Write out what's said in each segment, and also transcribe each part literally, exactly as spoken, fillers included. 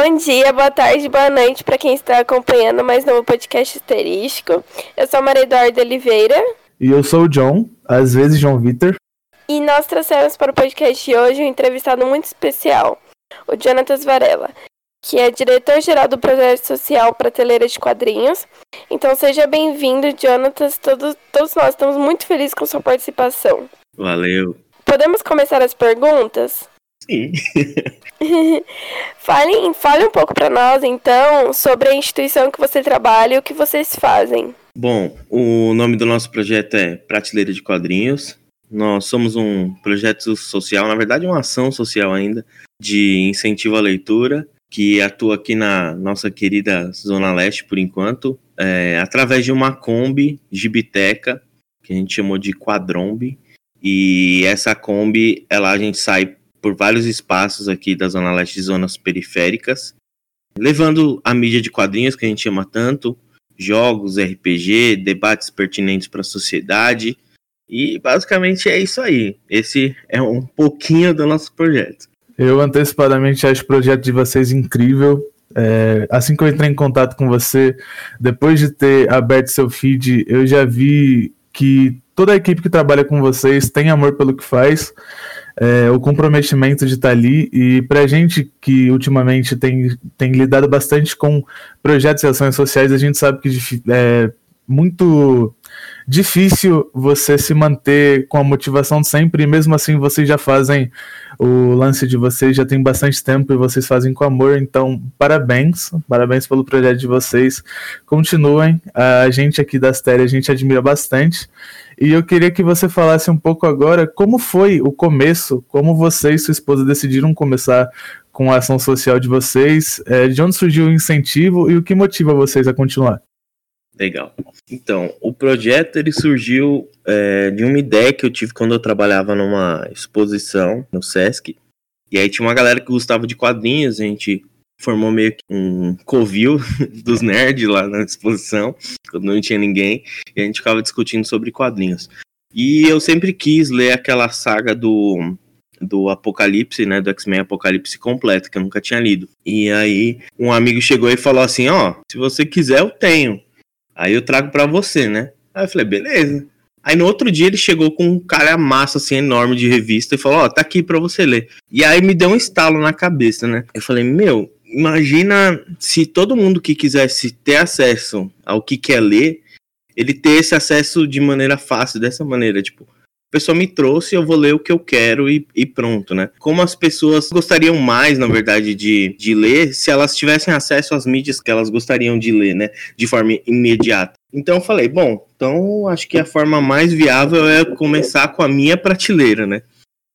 Bom dia, boa tarde, boa noite para quem está acompanhando mais novo podcast Asterístico. Eu sou a Maria Eduarda Oliveira. E eu sou o John, às vezes João Vitor. E nós trouxemos para o podcast de hoje um entrevistado muito especial, o Jonatas Varela, que é diretor-geral do Projeto Social Prateleira de Quadrinhos. Então seja bem-vindo, Jonatas. Todos, todos nós estamos muito felizes com sua participação. Valeu. Podemos começar as perguntas? Sim. fale, fale um pouco para nós, então, sobre a instituição que você trabalha e o que vocês fazem. Bom, o nome do nosso projeto é Prateleira de Quadrinhos. Nós somos um projeto social, na verdade uma ação social ainda, de incentivo à leitura, que atua aqui na nossa querida Zona Leste, por enquanto, é, através de uma Kombi Gibiteca, que a gente chamou de Quadrombi. E essa Kombi, ela, a gente sai por vários espaços aqui da Zona Leste e zonas periféricas, levando a mídia de quadrinhos, que a gente ama tanto, jogos, R P G, debates pertinentes para a sociedade, e basicamente é isso aí. Esse é um pouquinho do nosso projeto. Eu antecipadamente acho o projeto de vocês incrível. É, assim que eu entrei em contato com você, depois de ter aberto seu feed, eu já vi que toda a equipe que trabalha com vocês tem amor pelo que faz. É, o comprometimento de estar ali, e pra gente que ultimamente tem, tem lidado bastante com projetos e ações sociais, a gente sabe que é muito difícil você se manter com a motivação sempre, e mesmo assim vocês já fazem o lance de vocês, já tem bastante tempo e vocês fazem com amor. Então parabéns, parabéns pelo projeto de vocês, continuem. A gente aqui da Astéria, a gente admira bastante. E eu queria que você falasse um pouco agora como foi o começo, como você e sua esposa decidiram começar com a ação social de vocês, é, de onde surgiu o incentivo e o que motiva vocês a continuar. Legal. Então, o projeto ele surgiu é, de uma ideia que eu tive quando eu trabalhava numa exposição no Sesc. E aí tinha uma galera que gostava de quadrinhos, a gente formou meio que um covil dos nerds lá na exposição, quando não tinha ninguém, e a gente ficava discutindo sobre quadrinhos. E eu sempre quis ler aquela saga do, do Apocalipse, né, do X-Men Apocalipse completo, que eu nunca tinha lido. E aí um amigo chegou e falou assim, ó, oh, se você quiser eu tenho, aí eu trago pra você, né? Aí eu falei, beleza. Aí no outro dia ele chegou com um calhamaço assim enorme de revista e falou, ó, oh, tá aqui pra você ler. E aí me deu um estalo na cabeça, né? Eu falei, meu, imagina se todo mundo que quisesse ter acesso ao que quer ler, ele ter esse acesso de maneira fácil, dessa maneira, tipo, a pessoa me trouxe, eu vou ler o que eu quero e, e pronto, né? Como as pessoas gostariam mais, na verdade, de, de ler, se elas tivessem acesso às mídias que elas gostariam de ler, né? De forma imediata. Então eu falei, bom, então acho que a forma mais viável é começar com a minha prateleira, né?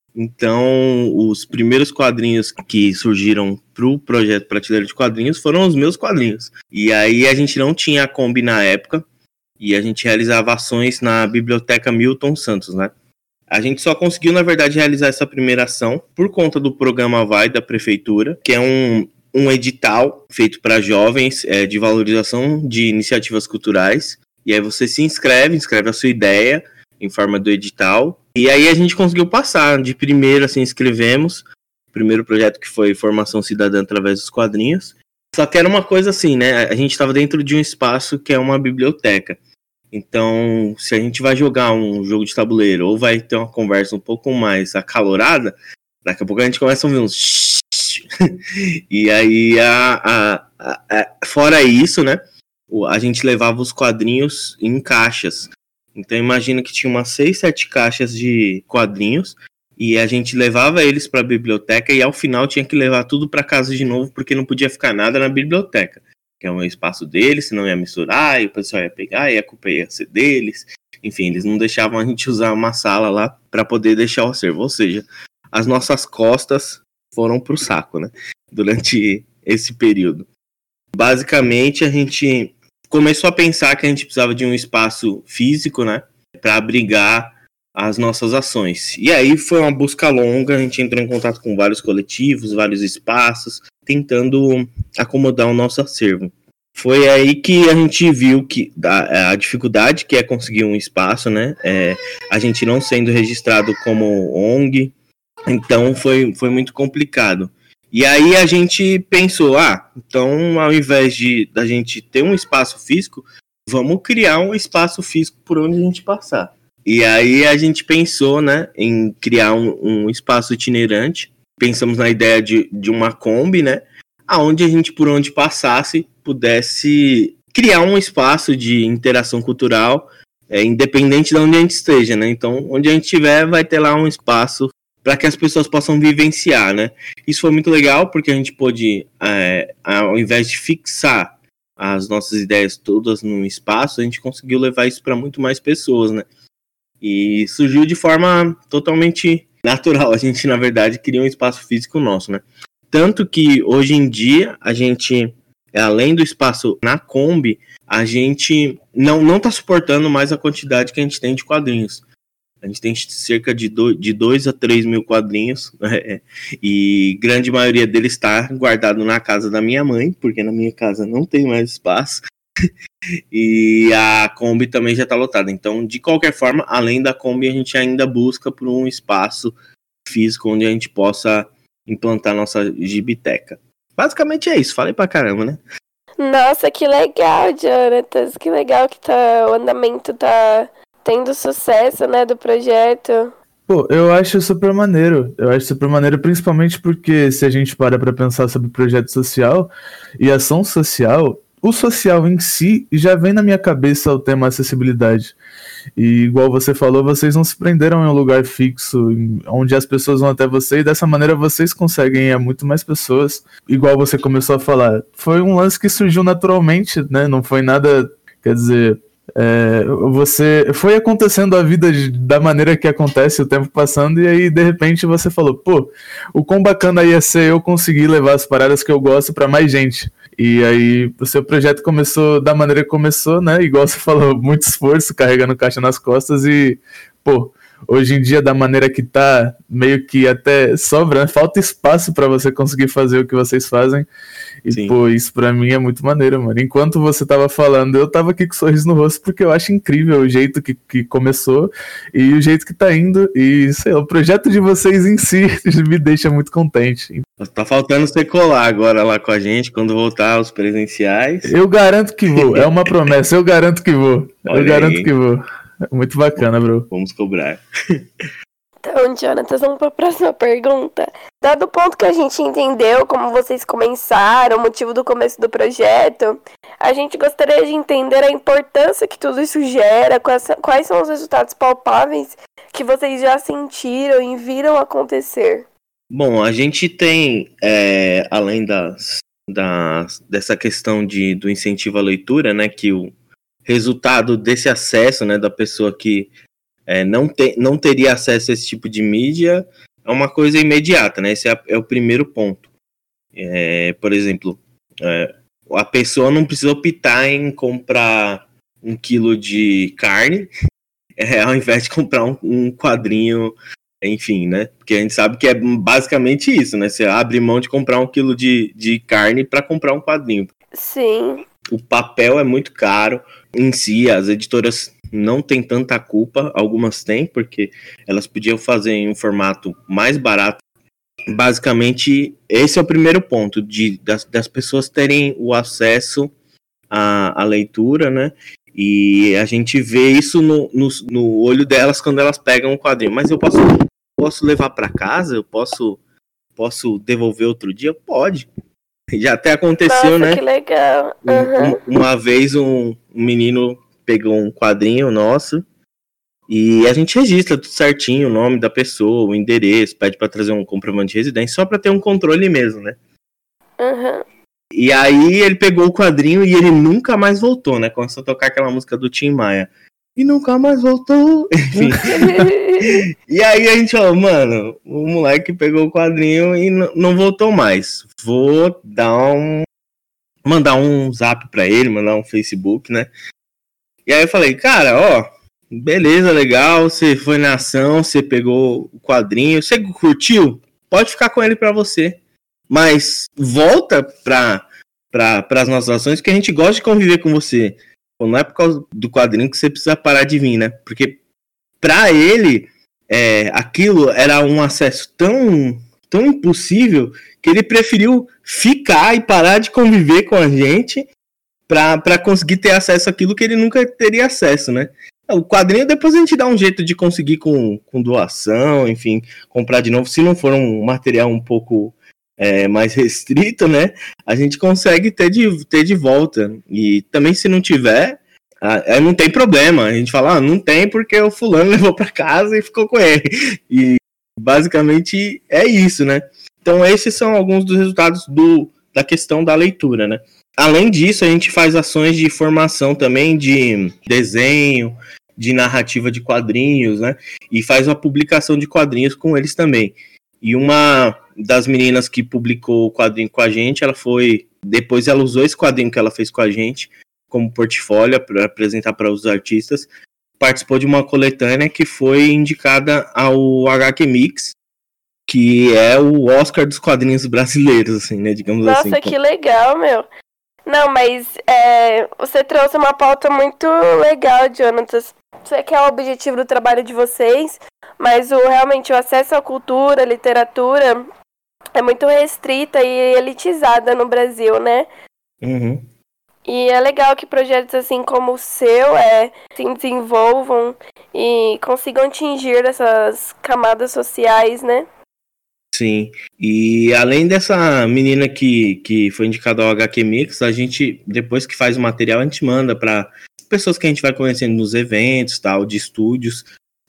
Então, os primeiros quadrinhos que surgiram pro projeto Prateleira de Quadrinhos foram os meus quadrinhos. E aí a gente não tinha a Kombi na época, e a gente realizava ações na Biblioteca Milton Santos, né? A gente só conseguiu, na verdade, realizar essa primeira ação por conta do programa Vai da Prefeitura, que é um, um edital feito para jovens é, de valorização de iniciativas culturais. E aí você se inscreve, inscreve a sua ideia em forma do edital. E aí a gente conseguiu passar. De primeiro, assim, inscrevemos. O primeiro projeto que foi Formação Cidadã através dos quadrinhos. Só que era uma coisa assim, né? A gente estava dentro de um espaço que é uma biblioteca. Então, se a gente vai jogar um jogo de tabuleiro ou vai ter uma conversa um pouco mais acalorada, daqui a pouco a gente começa a ouvir uns... E aí, a, a, a, a, fora isso, né? A gente levava os quadrinhos em caixas. Então, imagina que tinha umas seis, sete caixas de quadrinhos e a gente levava eles para a biblioteca e ao final tinha que levar tudo para casa de novo porque não podia ficar nada na biblioteca, que é um espaço deles, senão ia misturar e o pessoal ia pegar e a culpa ia ser deles. Enfim, eles não deixavam a gente usar uma sala lá para poder deixar o acervo. Ou seja, as nossas costas foram pro saco, né? Durante esse período. Basicamente, a gente começou a pensar que a gente precisava de um espaço físico, né? Para abrigar as nossas ações. E aí foi uma busca longa, a gente entrou em contato com vários coletivos, vários espaços, tentando acomodar o nosso acervo. Foi aí que a gente viu que a, a dificuldade que é conseguir um espaço, né? É, a gente não sendo registrado como O N G, então foi, foi muito complicado. E aí a gente pensou, ah, então ao invés de da gente ter um espaço físico, vamos criar um espaço físico por onde a gente passar. E aí a gente pensou, né, em criar um, um espaço itinerante. Pensamos na ideia de, de uma Kombi, né, aonde a gente, por onde passasse, pudesse criar um espaço de interação cultural, é, independente de onde a gente esteja, né. Então, onde a gente estiver, vai ter lá um espaço para que as pessoas possam vivenciar, né. Isso foi muito legal, porque a gente pôde, é, ao invés de fixar as nossas ideias todas num espaço, a gente conseguiu levar isso para muito mais pessoas, né. E surgiu de forma totalmente natural. A gente, na verdade, queria um espaço físico nosso, né? Tanto que, hoje em dia, a gente, além do espaço na Kombi, a gente não, não tá suportando mais a quantidade que a gente tem de quadrinhos. A gente tem cerca de dois a três mil quadrinhos, né? E grande maioria deles está guardado na casa da minha mãe, porque na minha casa não tem mais espaço. E a Kombi também já está lotada. Então, de qualquer forma, além da Kombi, a gente ainda busca por um espaço físico onde a gente possa implantar nossa gibiteca. Basicamente é isso. Falei pra caramba, né? Nossa, que legal, Jonatas. Que legal que tá, o andamento tá tendo sucesso, né, do projeto. Pô, eu acho super maneiro. Eu acho super maneiro, principalmente porque se a gente para pra pensar sobre projeto social e ação social, o social em si já vem na minha cabeça o tema acessibilidade. E igual você falou, vocês não se prenderam em um lugar fixo, onde as pessoas vão até você, e dessa maneira vocês conseguem ir a muito mais pessoas. Igual você começou a falar, foi um lance que surgiu naturalmente, né? Não foi nada, quer dizer... É, você foi acontecendo a vida de, da maneira que acontece, o tempo passando, e aí de repente você falou, pô, o quão bacana ia ser eu conseguir levar as paradas que eu gosto pra mais gente. E aí o seu projeto começou da maneira que começou, né? Igual você falou, muito esforço, carregando caixa nas costas, e pô, hoje em dia da maneira que tá, meio que até sobra, né? Falta espaço pra você conseguir fazer o que vocês fazem. E, Sim. pô, isso pra mim é muito maneiro, mano. Enquanto você tava falando, eu tava aqui com um sorriso no rosto, porque eu acho incrível o jeito que, que começou e o jeito que tá indo. E, sei lá, o projeto de vocês em si me deixa muito contente. Tá faltando você colar agora lá com a gente, quando voltar aos presenciais. Eu garanto que vou, é uma promessa, eu garanto que vou. Olha eu garanto aí. que vou. Muito bacana, bro. Vamos cobrar. Então, Jonatas, vamos para a próxima pergunta. Dado o ponto que a gente entendeu como vocês começaram, o motivo do começo do projeto, a gente gostaria de entender a importância que tudo isso gera, quais, quais são os resultados palpáveis que vocês já sentiram e viram acontecer. Bom, a gente tem, é, além das, das, dessa questão de, do incentivo à leitura, né, que o resultado desse acesso, né, da pessoa que É, não, te, não teria acesso a esse tipo de mídia, é uma coisa imediata, né? Esse é, é o primeiro ponto. É, por exemplo, é, a pessoa não precisa optar em comprar um quilo de carne, é, ao invés de comprar um, um quadrinho, enfim, né? Porque a gente sabe que é basicamente isso, né? Você abre mão de comprar um quilo de, de carne para comprar um quadrinho. Sim. O papel é muito caro em si, as editoras não têm tanta culpa, algumas têm, porque elas podiam fazer em um formato mais barato. Basicamente, esse é o primeiro ponto, de, das, das pessoas terem o acesso à, à leitura, né? E a gente vê isso no, no, no olho delas quando elas pegam um quadrinho. Mas eu posso, posso levar para casa? Eu posso, posso devolver outro dia? Pode. Já até aconteceu, Nossa, né? Que legal. Uhum. Um, uma vez um, um menino pegou um quadrinho nosso e a gente registra tudo certinho, o nome da pessoa, o endereço, pede para trazer um comprovante de residência, só para ter um controle mesmo, né? Uhum. E aí ele pegou o quadrinho e ele nunca mais voltou, né? Começou a tocar aquela música do Tim Maia. E nunca mais voltou. Enfim. E aí a gente falou, mano, o moleque pegou o quadrinho e n- não voltou mais. Vou dar um... mandar um zap pra ele, mandar um Facebook, né? E aí eu falei, cara, ó, beleza, legal, você foi na ação, você pegou o quadrinho, você curtiu? Pode ficar com ele pra você. Mas volta pra, pra, pras nossas ações, porque a gente gosta de conviver com você. Não é por causa do quadrinho que você precisa parar de vir, né? Porque pra ele, é, aquilo era um acesso tão, tão impossível que ele preferiu ficar e parar de conviver com a gente para conseguir ter acesso àquilo que ele nunca teria acesso, né? O quadrinho depois a gente dá um jeito de conseguir com, com doação, enfim, comprar de novo. Se não for um material um pouco é, mais restrito, né? A gente consegue ter de, ter de volta. E também se não tiver, ah, não tem problema. A gente fala, ah, não tem porque o fulano levou para casa e ficou com ele. E basicamente é isso, né? Então esses são alguns dos resultados do, da questão da leitura, né? Além disso, a gente faz ações de formação também de desenho, de narrativa de quadrinhos, né? E faz uma publicação de quadrinhos com eles também. E uma das meninas que publicou o quadrinho com a gente, ela foi... Depois ela usou esse quadrinho que ela fez com a gente como portfólio para apresentar para os artistas. Participou de uma coletânea que foi indicada ao H Q Mix, que é o Oscar dos quadrinhos brasileiros, assim, né? Digamos Nossa, assim. Nossa, que legal, meu. Não, mas é, você trouxe uma pauta muito legal, Jonatas. Sei que é o objetivo do trabalho de vocês, mas o, realmente o acesso à cultura, à literatura é muito restrita e elitizada no Brasil, né? Uhum. E é legal que projetos assim como o seu é, se desenvolvam e consigam atingir essas camadas sociais, né? Sim, e além dessa menina que, que foi indicada ao H Q Mix, a gente, depois que faz o material, a gente manda para pessoas que a gente vai conhecendo nos eventos, tal, de estúdios.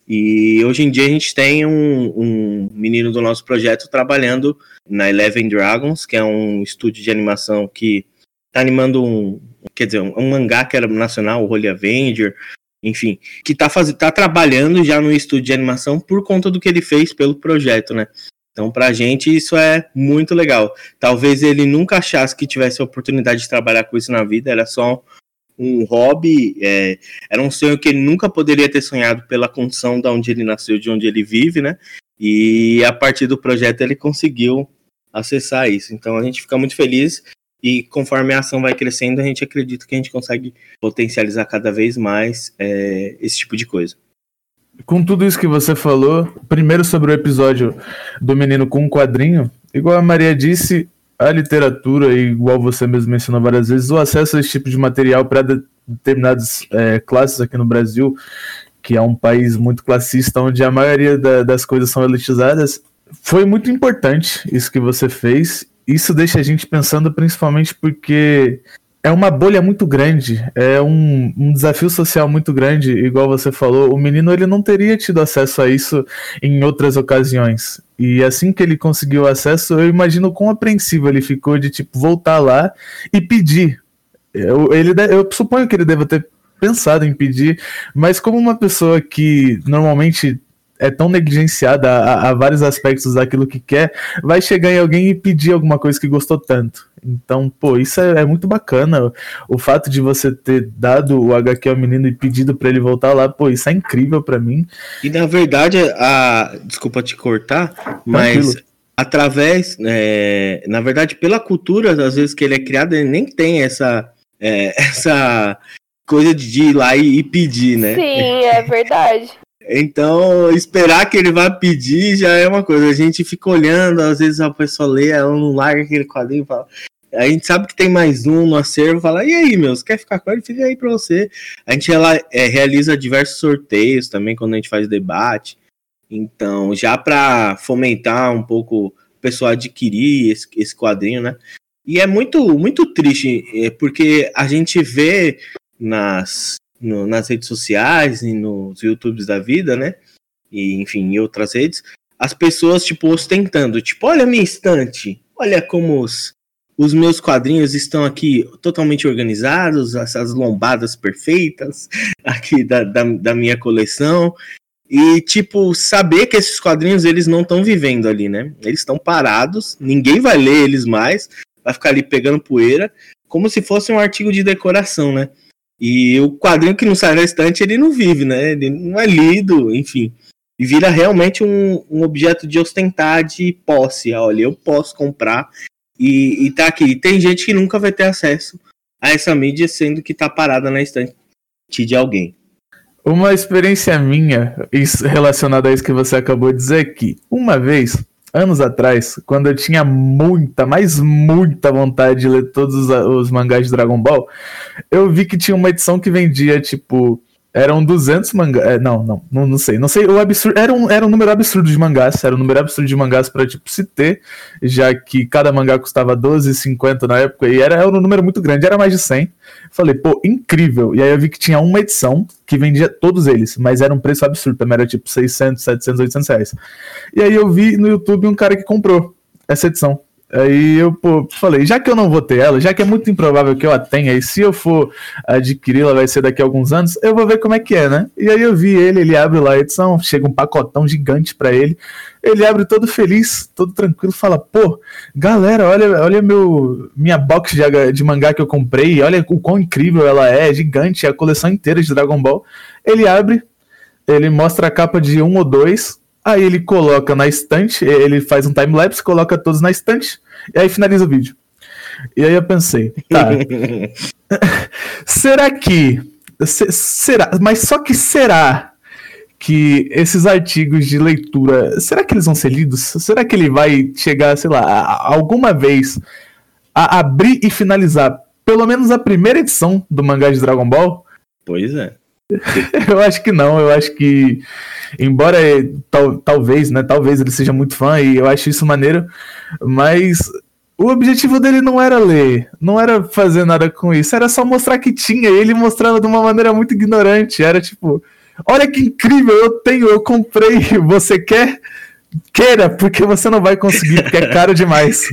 E hoje em dia a gente tem um, um menino do nosso projeto trabalhando na Eleven Dragons, que é um estúdio de animação que está animando um, quer dizer, um, um mangá que era nacional, o Holy Avenger, enfim, que está faz... tá trabalhando já no estúdio de animação por conta do que ele fez pelo projeto, né? Então, pra gente, isso é muito legal. Talvez ele nunca achasse que tivesse a oportunidade de trabalhar com isso na vida, era só um hobby, é, era um sonho que ele nunca poderia ter sonhado pela condição de onde ele nasceu, de onde ele vive, né? E a partir do projeto ele conseguiu acessar isso. Então, a gente fica muito feliz e conforme a ação vai crescendo, a gente acredita que a gente consegue potencializar cada vez mais é, esse tipo de coisa. Com tudo isso que você falou, primeiro sobre o episódio do menino com um quadrinho, igual a Maria disse, a literatura, igual você mesmo mencionou várias vezes, o acesso a esse tipo de material para determinadas é, classes aqui no Brasil, que é um país muito classista, onde a maioria da, das coisas são elitizadas, foi muito importante isso que você fez. Isso deixa a gente pensando principalmente porque é uma bolha muito grande, é um, um desafio social muito grande, igual você falou, o menino ele não teria tido acesso a isso em outras ocasiões, e assim que ele conseguiu acesso, eu imagino quão apreensivo ele ficou de tipo voltar lá e pedir. Eu, ele, eu suponho que ele deva ter pensado em pedir, mas como uma pessoa que normalmente é tão negligenciada a, a vários aspectos daquilo que quer, vai chegar em alguém e pedir alguma coisa que gostou tanto. Então, pô, isso é, é muito bacana. O, o fato de você ter dado o H Q ao menino e pedido pra ele voltar lá, pô, isso é incrível pra mim. E na verdade, a... desculpa te cortar, mas Tranquilo. através, é... na verdade, pela cultura, às vezes que ele é criado, ele nem tem essa, é... essa coisa de ir lá e, e pedir, né? Sim, é verdade. Então, esperar que ele vá pedir já é uma coisa. A gente fica olhando, às vezes a pessoa lê, ela não larga aquele quadrinho e fala. A gente sabe que tem mais um no acervo, fala, e aí, meu, você quer ficar com ele? Fica aí pra você. A gente ela, é, realiza diversos sorteios também quando a gente faz debate. Então, já para fomentar um pouco o pessoal adquirir esse, esse quadrinho, né? E é muito, muito triste, porque a gente vê nas... No, nas redes sociais e nos YouTubes da vida, né? E, enfim, em outras redes, as pessoas, tipo, ostentando. Tipo, olha a minha estante. Olha como os, os meus quadrinhos estão aqui totalmente organizados, essas lombadas perfeitas aqui da, da, da minha coleção. E, tipo, saber que esses quadrinhos, eles não estão vivendo ali, né? Eles estão parados, ninguém vai ler eles mais, vai ficar ali pegando poeira, como se fosse um artigo de decoração, né? E o quadrinho que não sai na estante, ele não vive, né? Ele não é lido, enfim. E vira realmente um, um objeto de ostentar, de posse. Olha, eu posso comprar e, e tá aqui. E tem gente que nunca vai ter acesso a essa mídia, sendo que tá parada na estante de alguém. Uma experiência minha relacionada a isso que você acabou de dizer, que uma vez anos atrás, quando eu tinha muita, mas muita vontade de ler todos os, os mangás de Dragon Ball, eu vi que tinha uma edição que vendia, tipo, eram duzentos mangás, não, não, não, não sei, não sei, o absurdo, era um, era um número absurdo de mangás, era um número absurdo de mangás pra, tipo, se ter, já que cada mangá custava doze reais e cinquenta centavos na época, e era, era um número muito grande, era mais de cem. Falei, pô, incrível, e aí eu vi que tinha uma edição que vendia todos eles, mas era um preço absurdo, também era tipo seiscentos, setecentos, oitocentos reais. E aí eu vi no YouTube um cara que comprou essa edição. Aí eu, pô, falei, já que eu não vou ter ela, já que é muito improvável que eu a tenha, e se eu for adquiri-la vai ser daqui a alguns anos, eu vou ver como é que é, né? E aí eu vi ele, ele abre lá a edição, chega um pacotão gigante pra ele, ele abre todo feliz, todo tranquilo, fala, pô, galera, olha, olha meu, minha box de, de mangá que eu comprei, olha o quão incrível ela é, gigante, é a coleção inteira de Dragon Ball. Ele abre, ele mostra a capa de um ou dois, aí ele coloca na estante, ele faz um time-lapse, coloca todos na estante, e aí finaliza o vídeo. E aí eu pensei, tá, será que, se, será, mas só que será que esses artigos de leitura, será que eles vão ser lidos? Será que ele vai chegar, sei lá, a, alguma vez a abrir e finalizar pelo menos a primeira edição do mangá de Dragon Ball? Pois é. Eu acho que não, eu acho que, embora tal, talvez, né, talvez ele seja muito fã e eu acho isso maneiro, mas o objetivo dele não era ler, não era fazer nada com isso, era só mostrar que tinha, e ele mostrando de uma maneira muito ignorante, era tipo, olha que incrível, eu tenho, eu comprei, você quer? Queira, porque você não vai conseguir, porque é caro demais.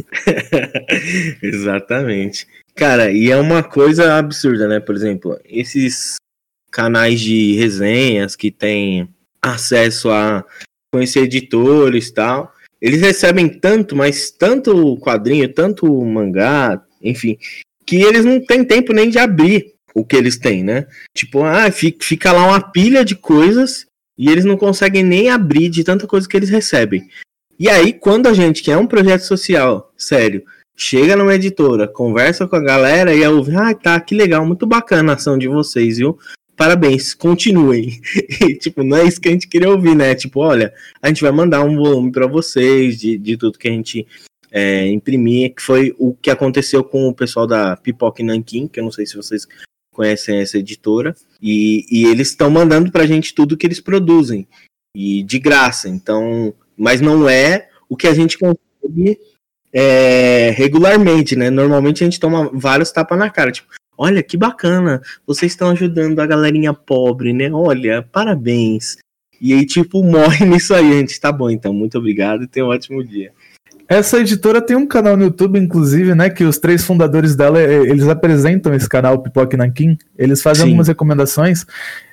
Exatamente. Cara, e é uma coisa absurda, né, por exemplo, esses canais de resenhas que têm acesso a conhecer editores e tal, eles recebem tanto, mas tanto quadrinho, tanto mangá, enfim, que eles não têm tempo nem de abrir o que eles têm, né? Tipo, ah, fica lá uma pilha de coisas e eles não conseguem nem abrir de tanta coisa que eles recebem. E aí, quando a gente, que é um projeto social, sério, chega numa editora, conversa com a galera e ouve, ah, tá, que legal, muito bacana a ação de vocês, viu? Parabéns, continuem. E, tipo, não é isso que a gente queria ouvir, né? Tipo, olha, a gente vai mandar um volume para vocês de, de tudo que a gente é, imprimir, que foi o que aconteceu com o pessoal da Pipoca Nanquim, que eu não sei se vocês conhecem essa editora, e, e eles estão mandando pra gente tudo que eles produzem, e de graça, então, mas não é o que a gente consegue é, regularmente, né? Normalmente a gente toma vários tapas na cara, tipo, olha, que bacana, vocês estão ajudando a galerinha pobre, né? Olha, parabéns. E aí, tipo, morre nisso aí, a gente. Tá bom, então, muito obrigado e tenha um ótimo dia. Essa editora tem um canal no YouTube, inclusive, né? Que os três fundadores dela, eles apresentam esse canal, Pipoca Nanquim. Eles fazem Sim. algumas recomendações.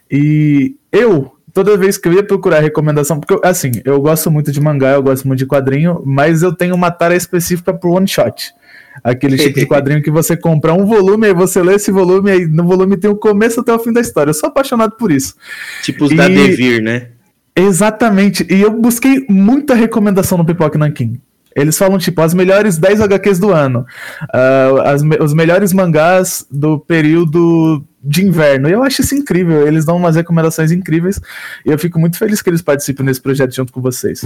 E eu, toda vez que eu ia procurar recomendação, porque, assim, eu gosto muito de mangá, eu gosto muito de quadrinho, mas eu tenho uma tara específica pro one shot. Aquele tipo de quadrinho que você compra um volume, aí você lê esse volume, aí no volume tem o começo até o fim da história. Eu sou apaixonado por isso. Tipo os e... da Devir, né? Exatamente. E eu busquei muita recomendação no Pipoca Nanquim. Eles falam, tipo, as melhores dez H Qs do ano. Uh, as, os melhores mangás do período de inverno. E eu acho isso incrível. Eles dão umas recomendações incríveis. E eu fico muito feliz que eles participem desse projeto junto com vocês.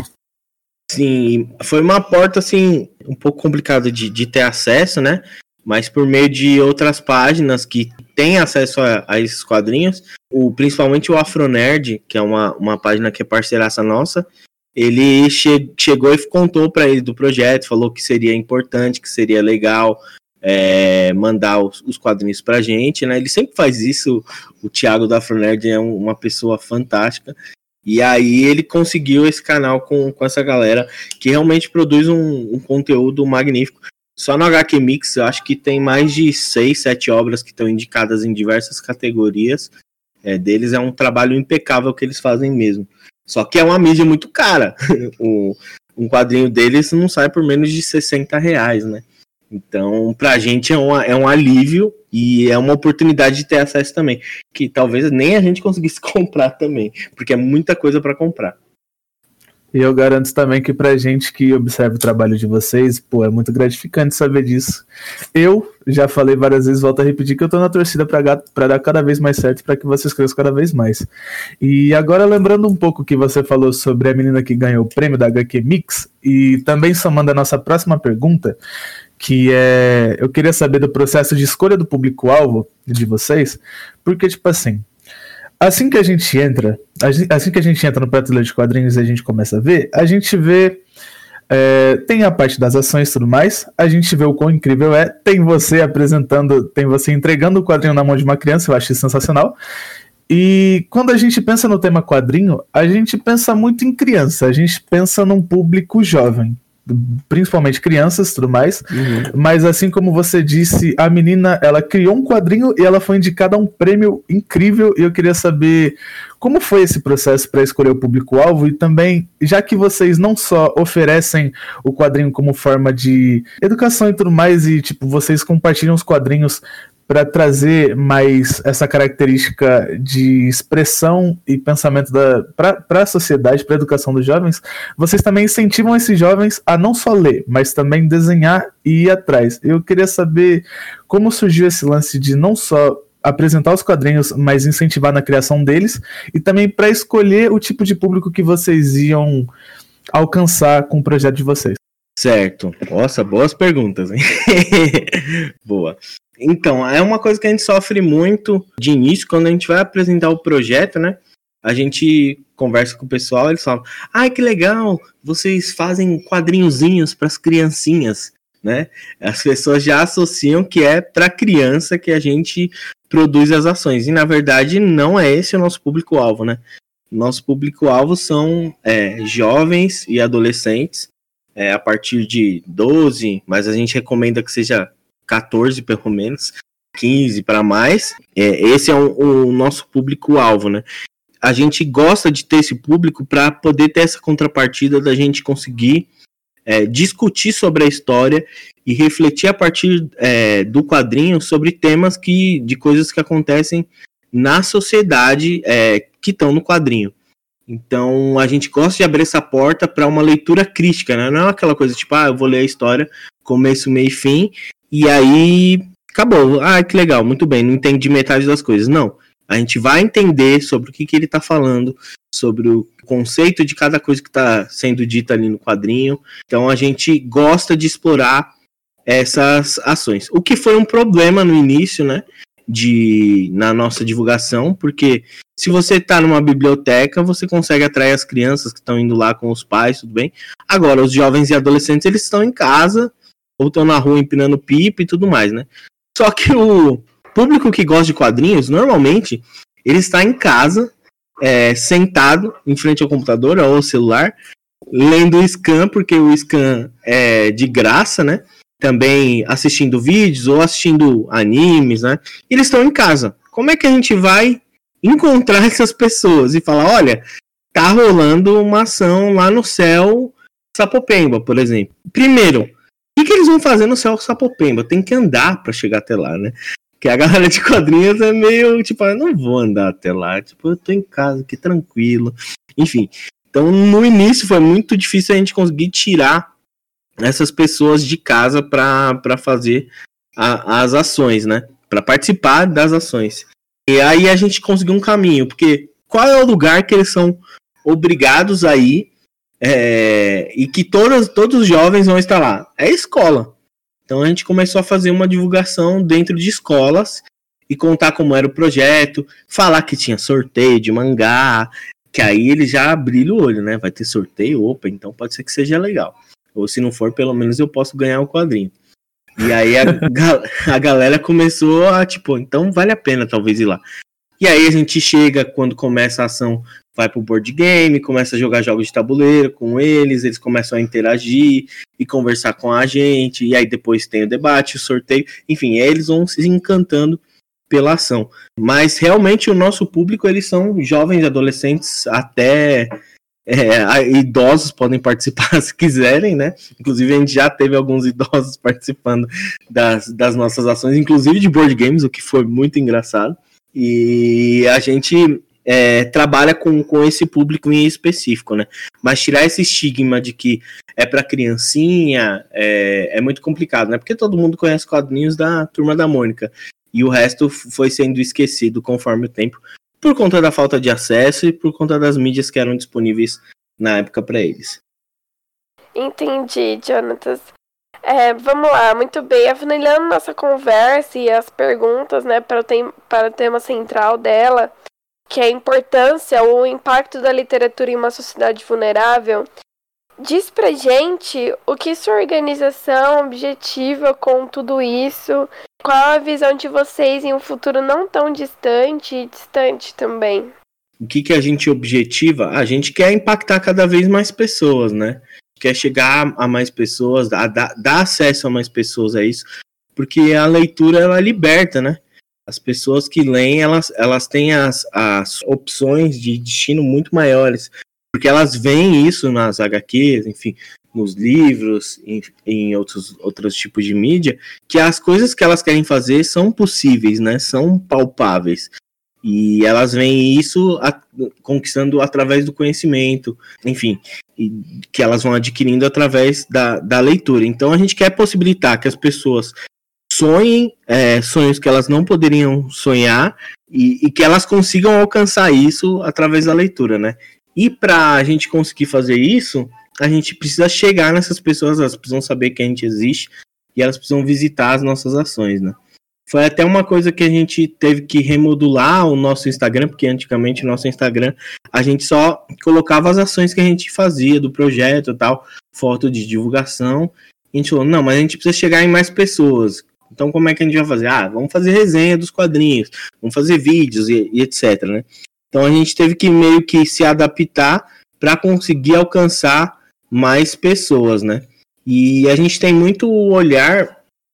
Sim, foi uma porta, assim, um pouco complicada de, de ter acesso, né? Mas por meio de outras páginas que têm acesso a, a esses quadrinhos, o, principalmente o Afronerd, que é uma, uma página que é parceiraça nossa, ele che- chegou e contou para ele do projeto, falou que seria importante, que seria legal é, mandar os, os quadrinhos pra gente, né? Ele sempre faz isso, o Thiago da Afronerd é um, uma pessoa fantástica. E aí ele conseguiu esse canal com, com essa galera que realmente produz um, um conteúdo magnífico. Só no H Q Mix eu acho que tem mais de seis, sete obras que estão indicadas em diversas categorias. É, deles é um trabalho impecável que eles fazem mesmo. Só que é uma mídia muito cara. o, um quadrinho deles não sai por menos de sessenta reais, né? Então, pra gente é, uma, é um alívio e é uma oportunidade de ter acesso também, que talvez nem a gente conseguisse comprar também, porque é muita coisa pra comprar. E eu garanto também que pra gente que observa o trabalho de vocês, pô, é muito gratificante saber disso. Eu já falei várias vezes, volto a repetir, que eu tô na torcida pra, pra dar cada vez mais certo, pra que vocês cresçam cada vez mais. E agora, lembrando um pouco que você falou sobre a menina que ganhou o prêmio da H Q Mix, e também somando a nossa próxima pergunta, que é, eu queria saber do processo de escolha do público-alvo de vocês, porque, tipo assim, assim que a gente entra, assim que a gente entra no prateleiro de quadrinhos e a gente começa a ver, a gente vê, é, tem a parte das ações e tudo mais, a gente vê o quão incrível é, tem você apresentando, tem você entregando o quadrinho na mão de uma criança, eu acho isso sensacional. E quando a gente pensa no tema quadrinho, a gente pensa muito em criança, a gente pensa num público jovem, principalmente crianças e tudo mais, uhum. Mas assim como você disse, a menina, ela criou um quadrinho e ela foi indicada a um prêmio incrível, e eu queria saber como foi esse processo para escolher o público-alvo, e também, já que vocês não só oferecem o quadrinho como forma de educação e tudo mais, e tipo, vocês compartilham os quadrinhos para trazer mais essa característica de expressão e pensamento para a sociedade, para a educação dos jovens, vocês também incentivam esses jovens a não só ler, mas também desenhar e ir atrás. Eu queria saber como surgiu esse lance de não só apresentar os quadrinhos, mas incentivar na criação deles, e também para escolher o tipo de público que vocês iam alcançar com o projeto de vocês. Certo. Nossa, boas perguntas, hein? Boa. Então, é uma coisa que a gente sofre muito de início, quando a gente vai apresentar o projeto, né? A gente conversa com o pessoal, eles falam, ai, que legal, vocês fazem quadrinhozinhos para as criancinhas, né? As pessoas já associam que é para criança que a gente produz as ações, e na verdade não é esse o nosso público-alvo, né? Nosso público-alvo são é, jovens e adolescentes, é, a partir de doze, mas a gente recomenda que seja catorze pelo menos, quinze para mais. É, esse é o, o nosso público-alvo, né? A gente gosta de ter esse público para poder ter essa contrapartida da gente conseguir é, discutir sobre a história e refletir a partir é, do quadrinho sobre temas que, de coisas que acontecem na sociedade é, que estão no quadrinho. Então a gente gosta de abrir essa porta para uma leitura crítica, né? Não é aquela coisa tipo, ah, eu vou ler a história, começo, meio e fim, e aí acabou. Ah, que legal, muito bem, não entendi metade das coisas. Não, a gente vai entender sobre o que, que ele está falando, sobre o conceito de cada coisa que está sendo dita ali no quadrinho. Então a gente gosta de explorar essas ações. O que foi um problema no início, né? De, na nossa divulgação, porque se você está numa biblioteca, você consegue atrair as crianças que estão indo lá com os pais, tudo bem. Agora, os jovens e adolescentes, eles estão em casa, ou estão na rua empinando pipa e tudo mais, né? Só que o público que gosta de quadrinhos, normalmente, ele está em casa, é, sentado em frente ao computador ou ao celular, lendo o scan, porque o scan é de graça, né? Também assistindo vídeos ou assistindo animes, né? E eles estão em casa. Como é que a gente vai encontrar essas pessoas e falar, olha, tá rolando uma ação lá no céu Sapopemba, por exemplo. Primeiro, o que, que eles vão fazer no céu Sapopemba? Tem que andar para chegar até lá, né? Porque a galera de quadrinhos é meio, tipo, eu não vou andar até lá. Tipo, eu tô em casa, que tranquilo. Enfim, então no início foi muito difícil a gente conseguir tirar essas pessoas de casa para fazer a, as ações, né? Para participar das ações. E aí a gente conseguiu um caminho, porque qual é o lugar que eles são obrigados a ir é, e que todos, todos os jovens vão estar lá? É a escola. Então a gente começou a fazer uma divulgação dentro de escolas e contar como era o projeto, falar que tinha sorteio de mangá, que aí eles já abriram o olho, né? Vai ter sorteio, opa, então pode ser que seja legal. Ou se não for, pelo menos eu posso ganhar o quadrinho. E aí a, ga- a galera começou a, tipo, então vale a pena talvez ir lá. E aí a gente chega, quando começa a ação, vai pro board game, começa a jogar jogos de tabuleiro com eles, eles começam a interagir e conversar com a gente, e aí depois tem o debate, o sorteio, enfim, eles vão se encantando pela ação. Mas realmente o nosso público, eles são jovens, adolescentes, até... É, idosos podem participar se quiserem, né? Inclusive a gente já teve alguns idosos participando das, das nossas ações, inclusive de board games, o que foi muito engraçado. E a gente é, trabalha com, com esse público em específico, né? Mas tirar esse estigma de que é para criancinha é, é muito complicado, né? Porque todo mundo conhece quadrinhos da Turma da Mônica e o resto foi sendo esquecido conforme o tempo, por conta da falta de acesso e por conta das mídias que eram disponíveis na época para eles. Entendi, Jonatas. É, vamos lá, muito bem. Afunilhando nossa conversa e as perguntas, né, para o, tem, para o tema central dela, que é a importância ou o impacto da literatura em uma sociedade vulnerável, diz pra gente o que sua organização objetiva com tudo isso, qual a visão de vocês em um futuro não tão distante e distante também. O que, que a gente objetiva? A gente quer impactar cada vez mais pessoas, né? Quer chegar a mais pessoas, dar, dar acesso a mais pessoas a isso, porque a leitura, ela liberta, né? As pessoas que leem, elas, elas têm as, as opções de destino muito maiores, porque elas veem isso nas agá quês, enfim, nos livros, em, em outros, outros tipos de mídia, que as coisas que elas querem fazer são possíveis, né? São palpáveis. E elas veem isso a, conquistando através do conhecimento, enfim, e, que elas vão adquirindo através da, da leitura. Então a gente quer possibilitar que as pessoas sonhem é, sonhos que elas não poderiam sonhar e, e que elas consigam alcançar isso através da leitura, né? E para a gente conseguir fazer isso, a gente precisa chegar nessas pessoas, elas precisam saber que a gente existe e elas precisam visitar as nossas ações, né? Foi até uma coisa que a gente teve que remodular o nosso Instagram, porque antigamente o nosso Instagram a gente só colocava as ações que a gente fazia do projeto e tal, foto de divulgação. A gente falou, não, mas a gente precisa chegar em mais pessoas. Então como é que a gente vai fazer? Ah, vamos fazer resenha dos quadrinhos, vamos fazer vídeos e, e etcétera, né? Então a gente teve que meio que se adaptar para conseguir alcançar mais pessoas, né? E a gente tem muito olhar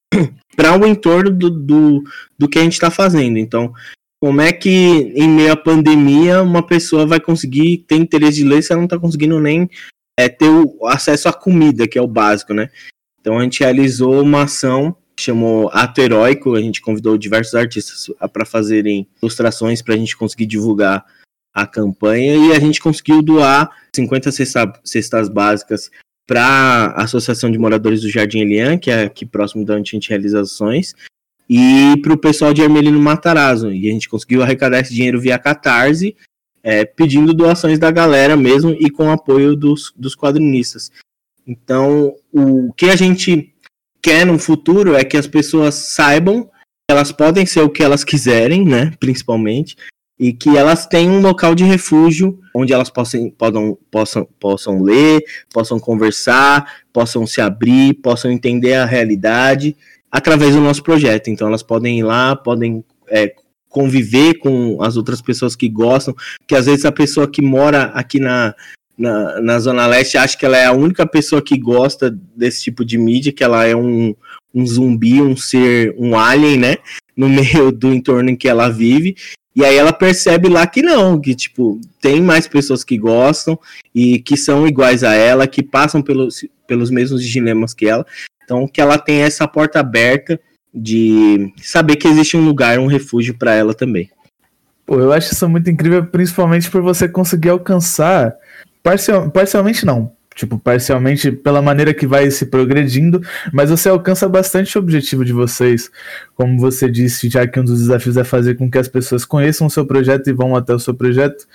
para o entorno do, do, do que a gente está fazendo. Então, como é que em meio à pandemia uma pessoa vai conseguir ter interesse de ler se ela não está conseguindo nem é, ter o acesso à comida, que é o básico, né? Então a gente realizou uma ação que chamou Ato Heróico, a gente convidou diversos artistas para fazerem ilustrações para a gente conseguir divulgar a campanha e a gente conseguiu doar cinquenta cesta, cestas básicas para a Associação de Moradores do Jardim Elian, que é aqui próximo de onde a gente realiza ações, e para o pessoal de Ermelino Matarazzo. E a gente conseguiu arrecadar esse dinheiro via Catarse, é, pedindo doações da galera mesmo e com o apoio dos, dos quadrinistas. Então, o que a gente quer no futuro é que as pessoas saibam que elas podem ser o que elas quiserem, né, principalmente, e que elas tenham um local de refúgio onde elas possam, podam, possam, possam ler, possam conversar, possam se abrir, possam entender a realidade através do nosso projeto. Então elas podem ir lá, podem é, conviver com as outras pessoas que gostam, que às vezes a pessoa que mora aqui na, na, na Zona Leste acha que ela é a única pessoa que gosta desse tipo de mídia, que ela é um, um zumbi, um ser, um alien, né, no meio do entorno em que ela vive. E aí ela percebe lá que não, que tipo, tem mais pessoas que gostam e que são iguais a ela, que passam pelos, pelos mesmos dilemas que ela. Então que ela tem essa porta aberta de saber que existe um lugar, um refúgio para ela também. Pô, eu acho isso muito incrível, principalmente por você conseguir alcançar, parcial, parcialmente não, tipo, parcialmente pela maneira que vai se progredindo, mas você alcança bastante o objetivo de vocês. Como você disse, já que um dos desafios é fazer com que as pessoas conheçam o seu projeto e vão até o seu projeto.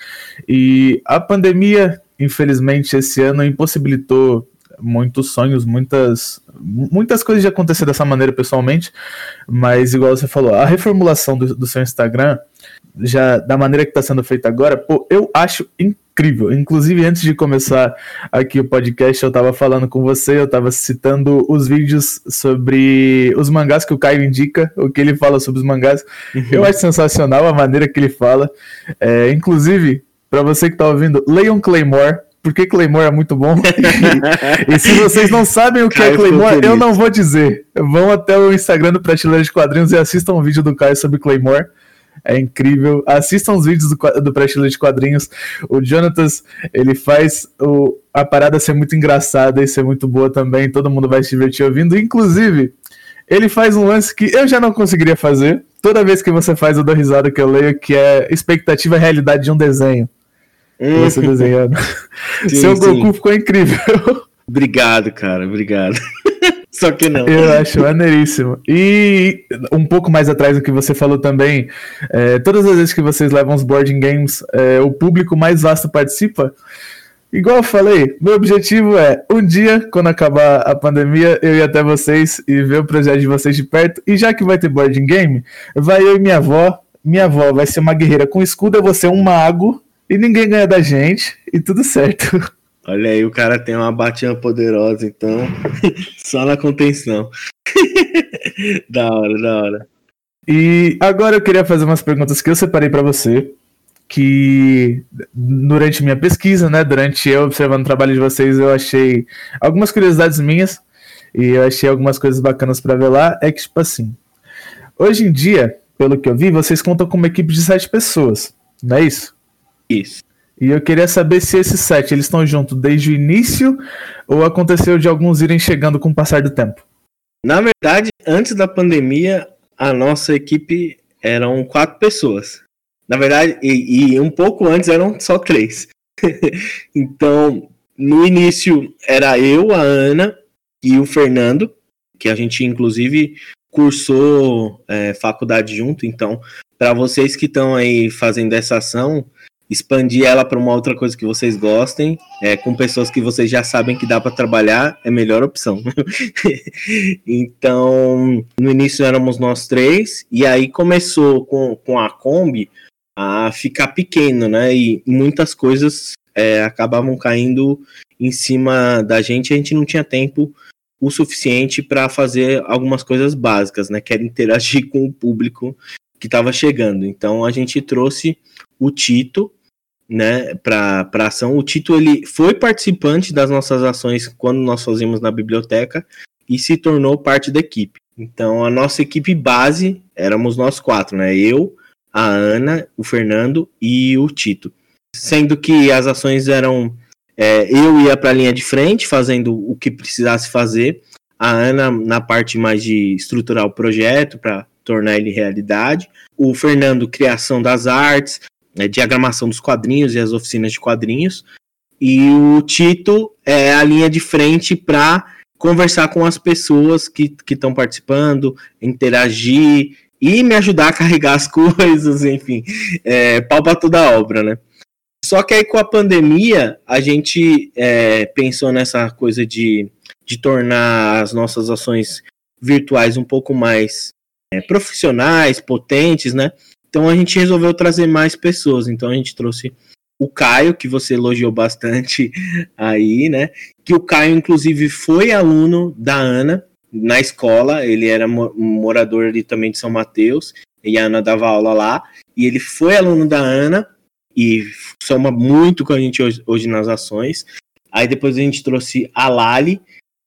E a pandemia, infelizmente, esse ano impossibilitou muitos sonhos, muitas, muitas coisas de acontecer dessa maneira pessoalmente, mas igual você falou, a reformulação do, do seu Instagram, já da maneira que está sendo feita agora, pô, eu acho incrível. Inclusive, antes de começar aqui o podcast, eu tava falando com você, eu tava citando os vídeos sobre os mangás que o Caio indica, o que ele fala sobre os mangás. Uhum. Eu acho sensacional a maneira que ele fala. É, inclusive, para você que tá ouvindo, leiam Claymore, porque Claymore é muito bom. e, e se vocês não sabem o que Caio é Claymore, eu não vou dizer. Vão até o Instagram do Prateleira de Quadrinhos e assistam um vídeo do Caio sobre Claymore. É incrível. Assistam os vídeos do, do Prateleira de Quadrinhos. O Jonatas, ele faz o, a parada ser muito engraçada e ser muito boa também. Todo mundo vai se divertir ouvindo. Inclusive, ele faz um lance que eu já não conseguiria fazer, toda vez que você faz, eu dou risada que eu leio, que é expectativa e realidade de um desenho. Hum. Você desenhando. Sim, Seu sim. Goku ficou incrível. Obrigado, cara, obrigado. Só que não. Eu acho maneiríssimo. E um pouco mais atrás do que você falou também, é, todas as vezes que vocês levam os boarding games, é, o público mais vasto participa. Igual eu falei, meu objetivo é, um dia, quando acabar a pandemia, eu ir até vocês e ver o projeto de vocês de perto. E já que vai ter boarding game, vai eu e minha avó. Minha avó vai ser uma guerreira com escudo, eu vou ser um mago. E ninguém ganha da gente. E tudo certo. Olha aí, o cara tem uma batinha poderosa, então. Só na contenção. Da hora, da hora. E agora eu queria fazer umas perguntas que eu separei pra você. Que durante minha pesquisa, né, durante eu observando o trabalho de vocês, eu achei algumas curiosidades minhas e eu achei algumas coisas bacanas pra ver lá. É que, tipo assim, hoje em dia, pelo que eu vi, vocês contam com uma equipe de sete pessoas, não é isso? Isso. E eu queria saber se esses sete, eles estão juntos desde o início ou aconteceu de alguns irem chegando com o passar do tempo? Na verdade, antes da pandemia, a nossa equipe eram quatro pessoas. Na verdade, e, e um pouco antes eram só três. Então, no início era eu, a Ana e o Fernando, que a gente inclusive cursou é, faculdade junto. Então, para vocês que estão aí fazendo essa ação, expandir ela para uma outra coisa que vocês gostem, é, com pessoas que vocês já sabem que dá para trabalhar, é a melhor opção. Então, no início éramos nós três, e aí começou com, com a Kombi a ficar pequeno, né? E muitas coisas é, acabavam caindo em cima da gente, a gente não tinha tempo o suficiente para fazer algumas coisas básicas, né? Que era interagir com o público que estava chegando. Então, a gente trouxe o Tito, né, para a ação. O Tito, ele foi participante das nossas ações quando nós fazíamos na biblioteca e se tornou parte da equipe. Então, a nossa equipe base éramos nós quatro, né? Eu, a Ana, o Fernando e o Tito. Sendo que as ações eram... É, eu ia para a linha de frente, fazendo o que precisasse fazer. A Ana na parte mais de estruturar o projeto para tornar ele realidade. O Fernando, criação das artes, né, diagramação dos quadrinhos e as oficinas de quadrinhos. E o Tito é a linha de frente para conversar com as pessoas que estão participando, interagir e me ajudar a carregar as coisas, enfim, é, pau pra toda a obra, né? Só que aí com a pandemia, a gente é, pensou nessa coisa de, de tornar as nossas ações virtuais um pouco mais é, profissionais, potentes, né? Então a gente resolveu trazer mais pessoas, então a gente trouxe o Caio, que você elogiou bastante aí, né? Que o Caio, inclusive, foi aluno da Ana, na escola, ele era morador ali também de São Mateus, e a Ana dava aula lá, e ele foi aluno da Ana, e soma muito com a gente hoje, hoje nas ações. Aí depois a gente trouxe a Lali,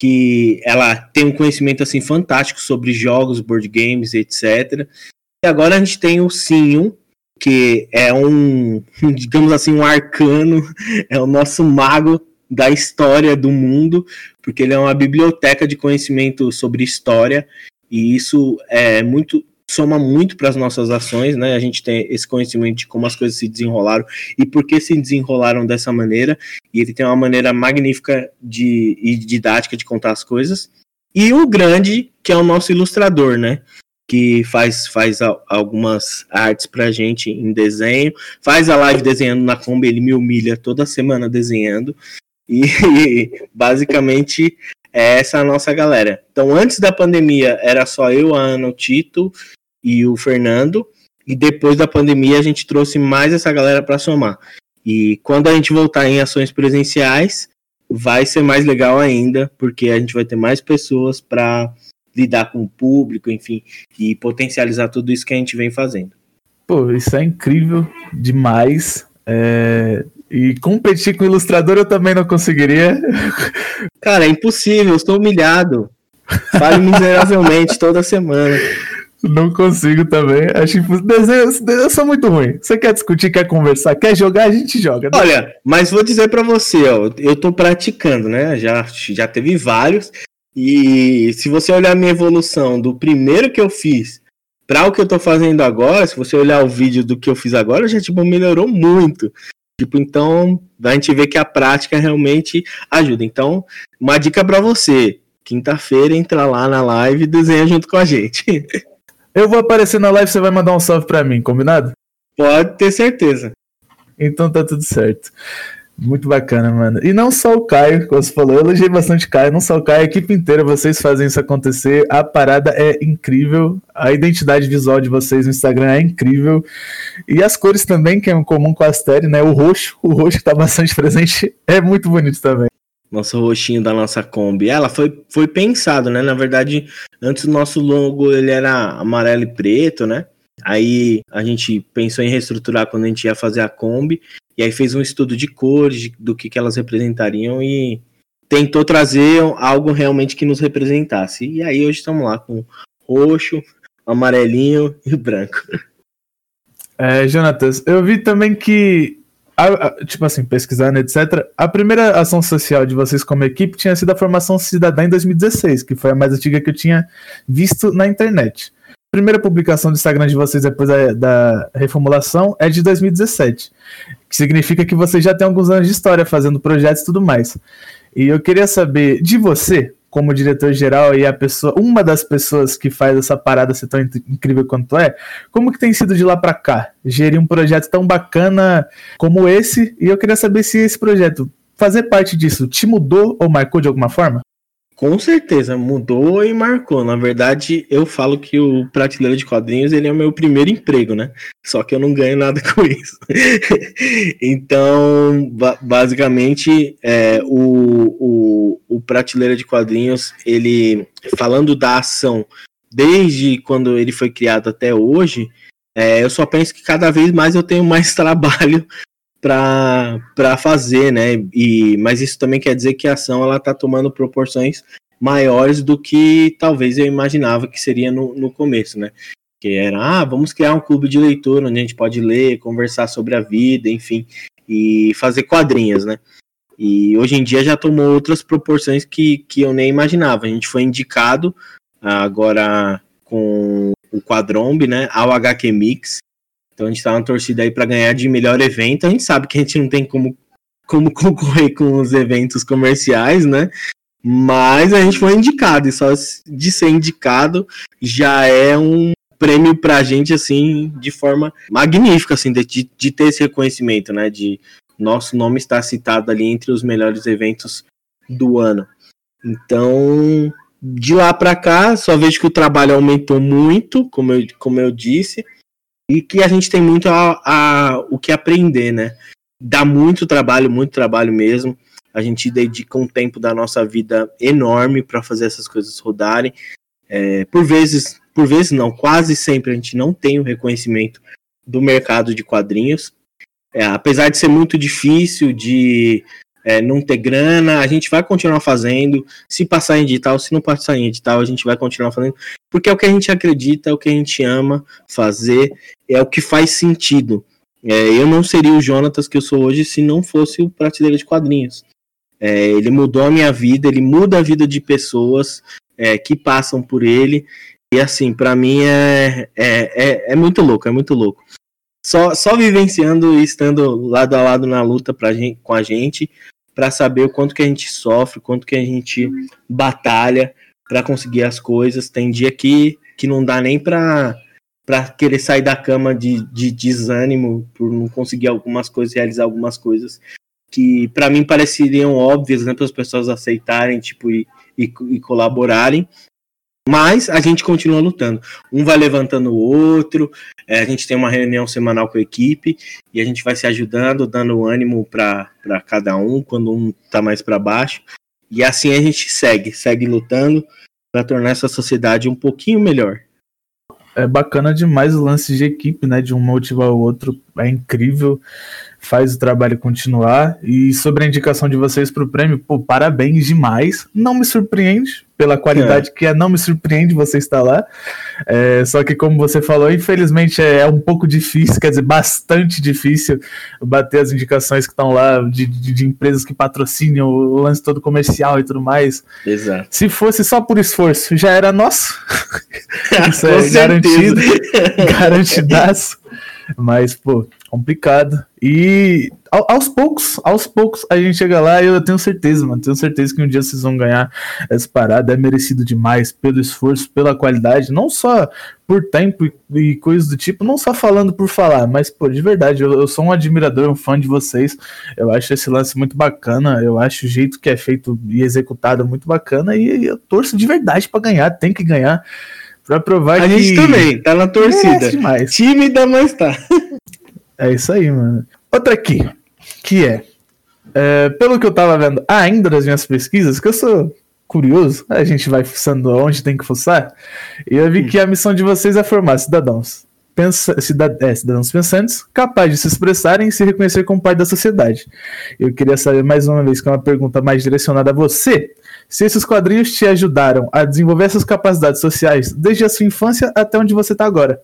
que ela tem um conhecimento assim fantástico sobre jogos, board games, etcétera. E agora a gente tem o Sinho, que é um, digamos assim, um arcano, é o nosso mago da história do mundo, porque ele é uma biblioteca de conhecimento sobre história, e isso é muito, soma muito para as nossas ações, né? A gente tem esse conhecimento de como as coisas se desenrolaram e por que se desenrolaram dessa maneira, e ele tem uma maneira magnífica de, e didática de contar as coisas. E o Grande, que é o nosso ilustrador, né? Que faz, faz algumas artes pra gente em desenho, faz a live desenhando na Kombi, ele me humilha toda semana desenhando. E basicamente é essa a nossa galera. Então, antes da pandemia, era só eu, a Ana, o Tito e o Fernando. E depois da pandemia, a gente trouxe mais essa galera para somar. E quando a gente voltar em ações presenciais, vai ser mais legal ainda, porque a gente vai ter mais pessoas para lidar com o público, enfim, e potencializar tudo isso que a gente vem fazendo. Pô, isso é incrível demais. É... E competir com o ilustrador eu também não conseguiria. Cara, é impossível, eu estou humilhado. Falo miseravelmente toda semana. Não consigo também. Acho impossível. Desenho, eu sou muito ruim. Você quer discutir, quer conversar, quer jogar, a gente joga. Né? Olha, mas vou dizer pra você, ó, eu tô praticando, né? Já, já teve vários. E se você olhar a minha evolução do primeiro que eu fiz para o que eu tô fazendo agora, se você olhar o vídeo do que eu fiz agora, já, tipo, melhorou muito. Tipo, então, a gente vê que a prática realmente ajuda. Então, uma dica para você, quinta-feira, entra lá na live e desenha junto com a gente. Eu vou aparecer na live e você vai mandar um salve pra mim, combinado? Pode ter certeza. Então tá tudo certo. Muito bacana, mano. E não só o Caio, como você falou, eu elogiei bastante o Caio, não só o Caio, a equipe inteira, vocês fazem isso acontecer, a parada é incrível, a identidade visual de vocês no Instagram é incrível, e as cores também, que é comum com a Astéria, né, o roxo, o roxo que tá bastante presente, é muito bonito também. Nosso roxinho da nossa Kombi, ela foi, foi pensado, né, na verdade, antes o nosso logo, ele era amarelo e preto, né, aí a gente pensou em reestruturar quando a gente ia fazer a Kombi, e aí fez um estudo de cores, do que, que elas representariam e tentou trazer algo realmente que nos representasse. E aí hoje estamos lá com roxo, amarelinho e branco. É, Jonatas, eu vi também que, a, a, tipo assim, pesquisando, etcétera, a primeira ação social de vocês como equipe tinha sido a formação cidadã em dois mil e dezesseis, que foi a mais antiga que eu tinha visto na internet. A primeira publicação do Instagram de vocês depois da, da reformulação é de dois mil e dezessete, que significa que vocês já têm alguns anos de história fazendo projetos e tudo mais. E eu queria saber de você, como diretor-geral e a pessoa, uma das pessoas que faz essa parada ser tão incrível quanto é, como que tem sido de lá pra cá, gerir um projeto tão bacana como esse, e eu queria saber se esse projeto, fazer parte disso, te mudou ou marcou de alguma forma? Com certeza, mudou e marcou. Na verdade, eu falo que o Prateleira de Quadrinhos, ele é o meu primeiro emprego, né? Só que eu não ganho nada com isso. Então, ba- basicamente, é, o, o, o Prateleira de Quadrinhos, ele, falando da ação, desde quando ele foi criado até hoje, é, eu só penso que cada vez mais eu tenho mais trabalho para fazer, né? E, mas isso também quer dizer que a ação ela está tomando proporções maiores do que talvez eu imaginava que seria no, no começo, né? Que era, ah, vamos criar um clube de leitura onde a gente pode ler, conversar sobre a vida, enfim, e fazer quadrinhos, né? E hoje em dia já tomou outras proporções que, que eu nem imaginava. A gente foi indicado agora com o Quadrombe, né, ao H Q Mix. Então a gente tá na torcida aí para ganhar de melhor evento. A gente sabe que a gente não tem como, como concorrer com os eventos comerciais, né? Mas a gente foi indicado, e só de ser indicado já é um prêmio pra gente, assim, de forma magnífica, assim, de, de ter esse reconhecimento, né? De nosso nome estar citado ali entre os melhores eventos do ano. Então, de lá pra cá, só vejo que o trabalho aumentou muito, como eu, como eu disse, e que a gente tem muito a, a, o que aprender, né? Dá muito trabalho, muito trabalho mesmo. A gente dedica um tempo da nossa vida enorme para fazer essas coisas rodarem. É, por vezes, por vezes não, quase sempre a gente não tem o reconhecimento do mercado de quadrinhos. É, apesar de ser muito difícil, de é, não ter grana, a gente vai continuar fazendo. Se passar em edital, se não passar em edital, a gente vai continuar fazendo. Porque é o que a gente acredita, é o que a gente ama fazer, é o que faz sentido. É, eu não seria o Jonatas que eu sou hoje se não fosse o Prateleira de Quadrinhos. É, ele mudou a minha vida, ele muda a vida de pessoas é, que passam por ele. E assim, pra mim é, é, é, é muito louco, é muito louco. Só, só vivenciando e estando lado a lado na luta pra gente, com a gente, pra saber o quanto que a gente sofre, o quanto que a gente batalha pra conseguir as coisas. Tem dia que, que não dá nem pra, pra querer sair da cama de, de desânimo por não conseguir algumas coisas, realizar algumas coisas que pra mim pareceriam óbvias, né, para as pessoas aceitarem, tipo, e, e, e colaborarem, mas a gente continua lutando. Um vai levantando o outro, é, a gente tem uma reunião semanal com a equipe e a gente vai se ajudando, dando ânimo para cada um quando um tá mais para baixo, e assim a gente segue, segue lutando para tornar essa sociedade um pouquinho melhor. É bacana demais o lance de equipe, né? De um motivar o outro. é incrível, faz o trabalho continuar. E sobre a indicação de vocês pro prêmio, pô, parabéns demais. Não me surpreende pela qualidade é. que é, não me surpreende você estar lá. É, só que, como você falou, infelizmente é, é um pouco difícil, quer dizer, bastante difícil bater as indicações que estão lá de, de, de empresas que patrocinam o lance todo comercial e tudo mais. Exato. Se fosse só por esforço, já era nosso. Isso é garantido, garantidaço. Mas, pô, complicado. E aos poucos, aos poucos a gente chega lá e eu tenho certeza, mano. Tenho certeza que um dia vocês vão ganhar essa parada. É merecido demais pelo esforço, pela qualidade, não só por tempo e, e coisas do tipo, não só falando por falar, mas, pô, de verdade, eu, eu sou um admirador, um fã de vocês. Eu acho esse lance muito bacana. Eu acho o jeito que é feito e executado muito bacana. E eu torço de verdade pra ganhar, tem que ganhar. Pra provar a que... A gente também, tá na torcida. Tímida, mas tá. É isso aí, mano. Outra aqui, que é, é, pelo que eu tava vendo ainda das minhas pesquisas, que eu sou curioso, a gente vai fuçando onde tem que fuçar, e eu vi hum. que a missão de vocês é formar cidadãos, pensa, cidad, é, cidadãos pensantes, capazes de se expressarem e se reconhecer como parte da sociedade. Eu queria saber mais uma vez, que é uma pergunta mais direcionada a você, se esses quadrinhos te ajudaram a desenvolver essas capacidades sociais desde a sua infância até onde você tá agora.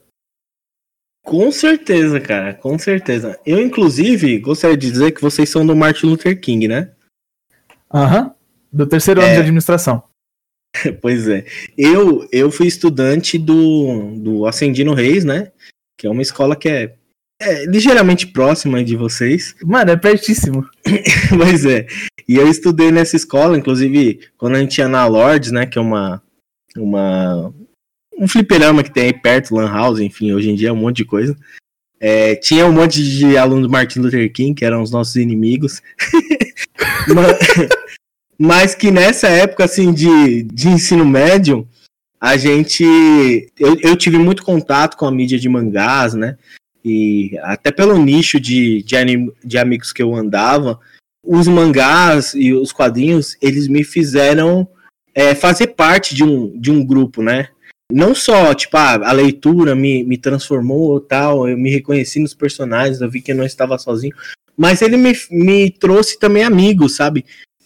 Com certeza, cara, com certeza. Eu, inclusive, gostaria de dizer que vocês são do Martin Luther King, né? Aham, uhum. Do terceiro é. ano de administração. Pois é. Eu, eu fui estudante do, do Ascendino Reis, né? Que é uma escola que é, é ligeiramente próxima de vocês. Mano, é pertíssimo. Pois é. E eu estudei nessa escola, inclusive, quando a gente ia na Lords, né? Que é uma... uma um fliperama que tem aí perto, Lan House, enfim, hoje em dia é um monte de coisa. É, tinha um monte de alunos do Martin Luther King, que eram os nossos inimigos. mas, mas que nessa época, assim, de, de ensino médio, a gente... Eu, eu tive muito contato com a mídia de mangás, né? E até pelo nicho de, de, anim, de amigos que eu andava, os mangás e os quadrinhos, eles me fizeram é, fazer parte de um, de um grupo, né? Não só, tipo, ah, a leitura me, me transformou tal, eu me reconheci nos personagens, eu vi que eu não estava sozinho, mas ele me, me trouxe também amigos, sabe?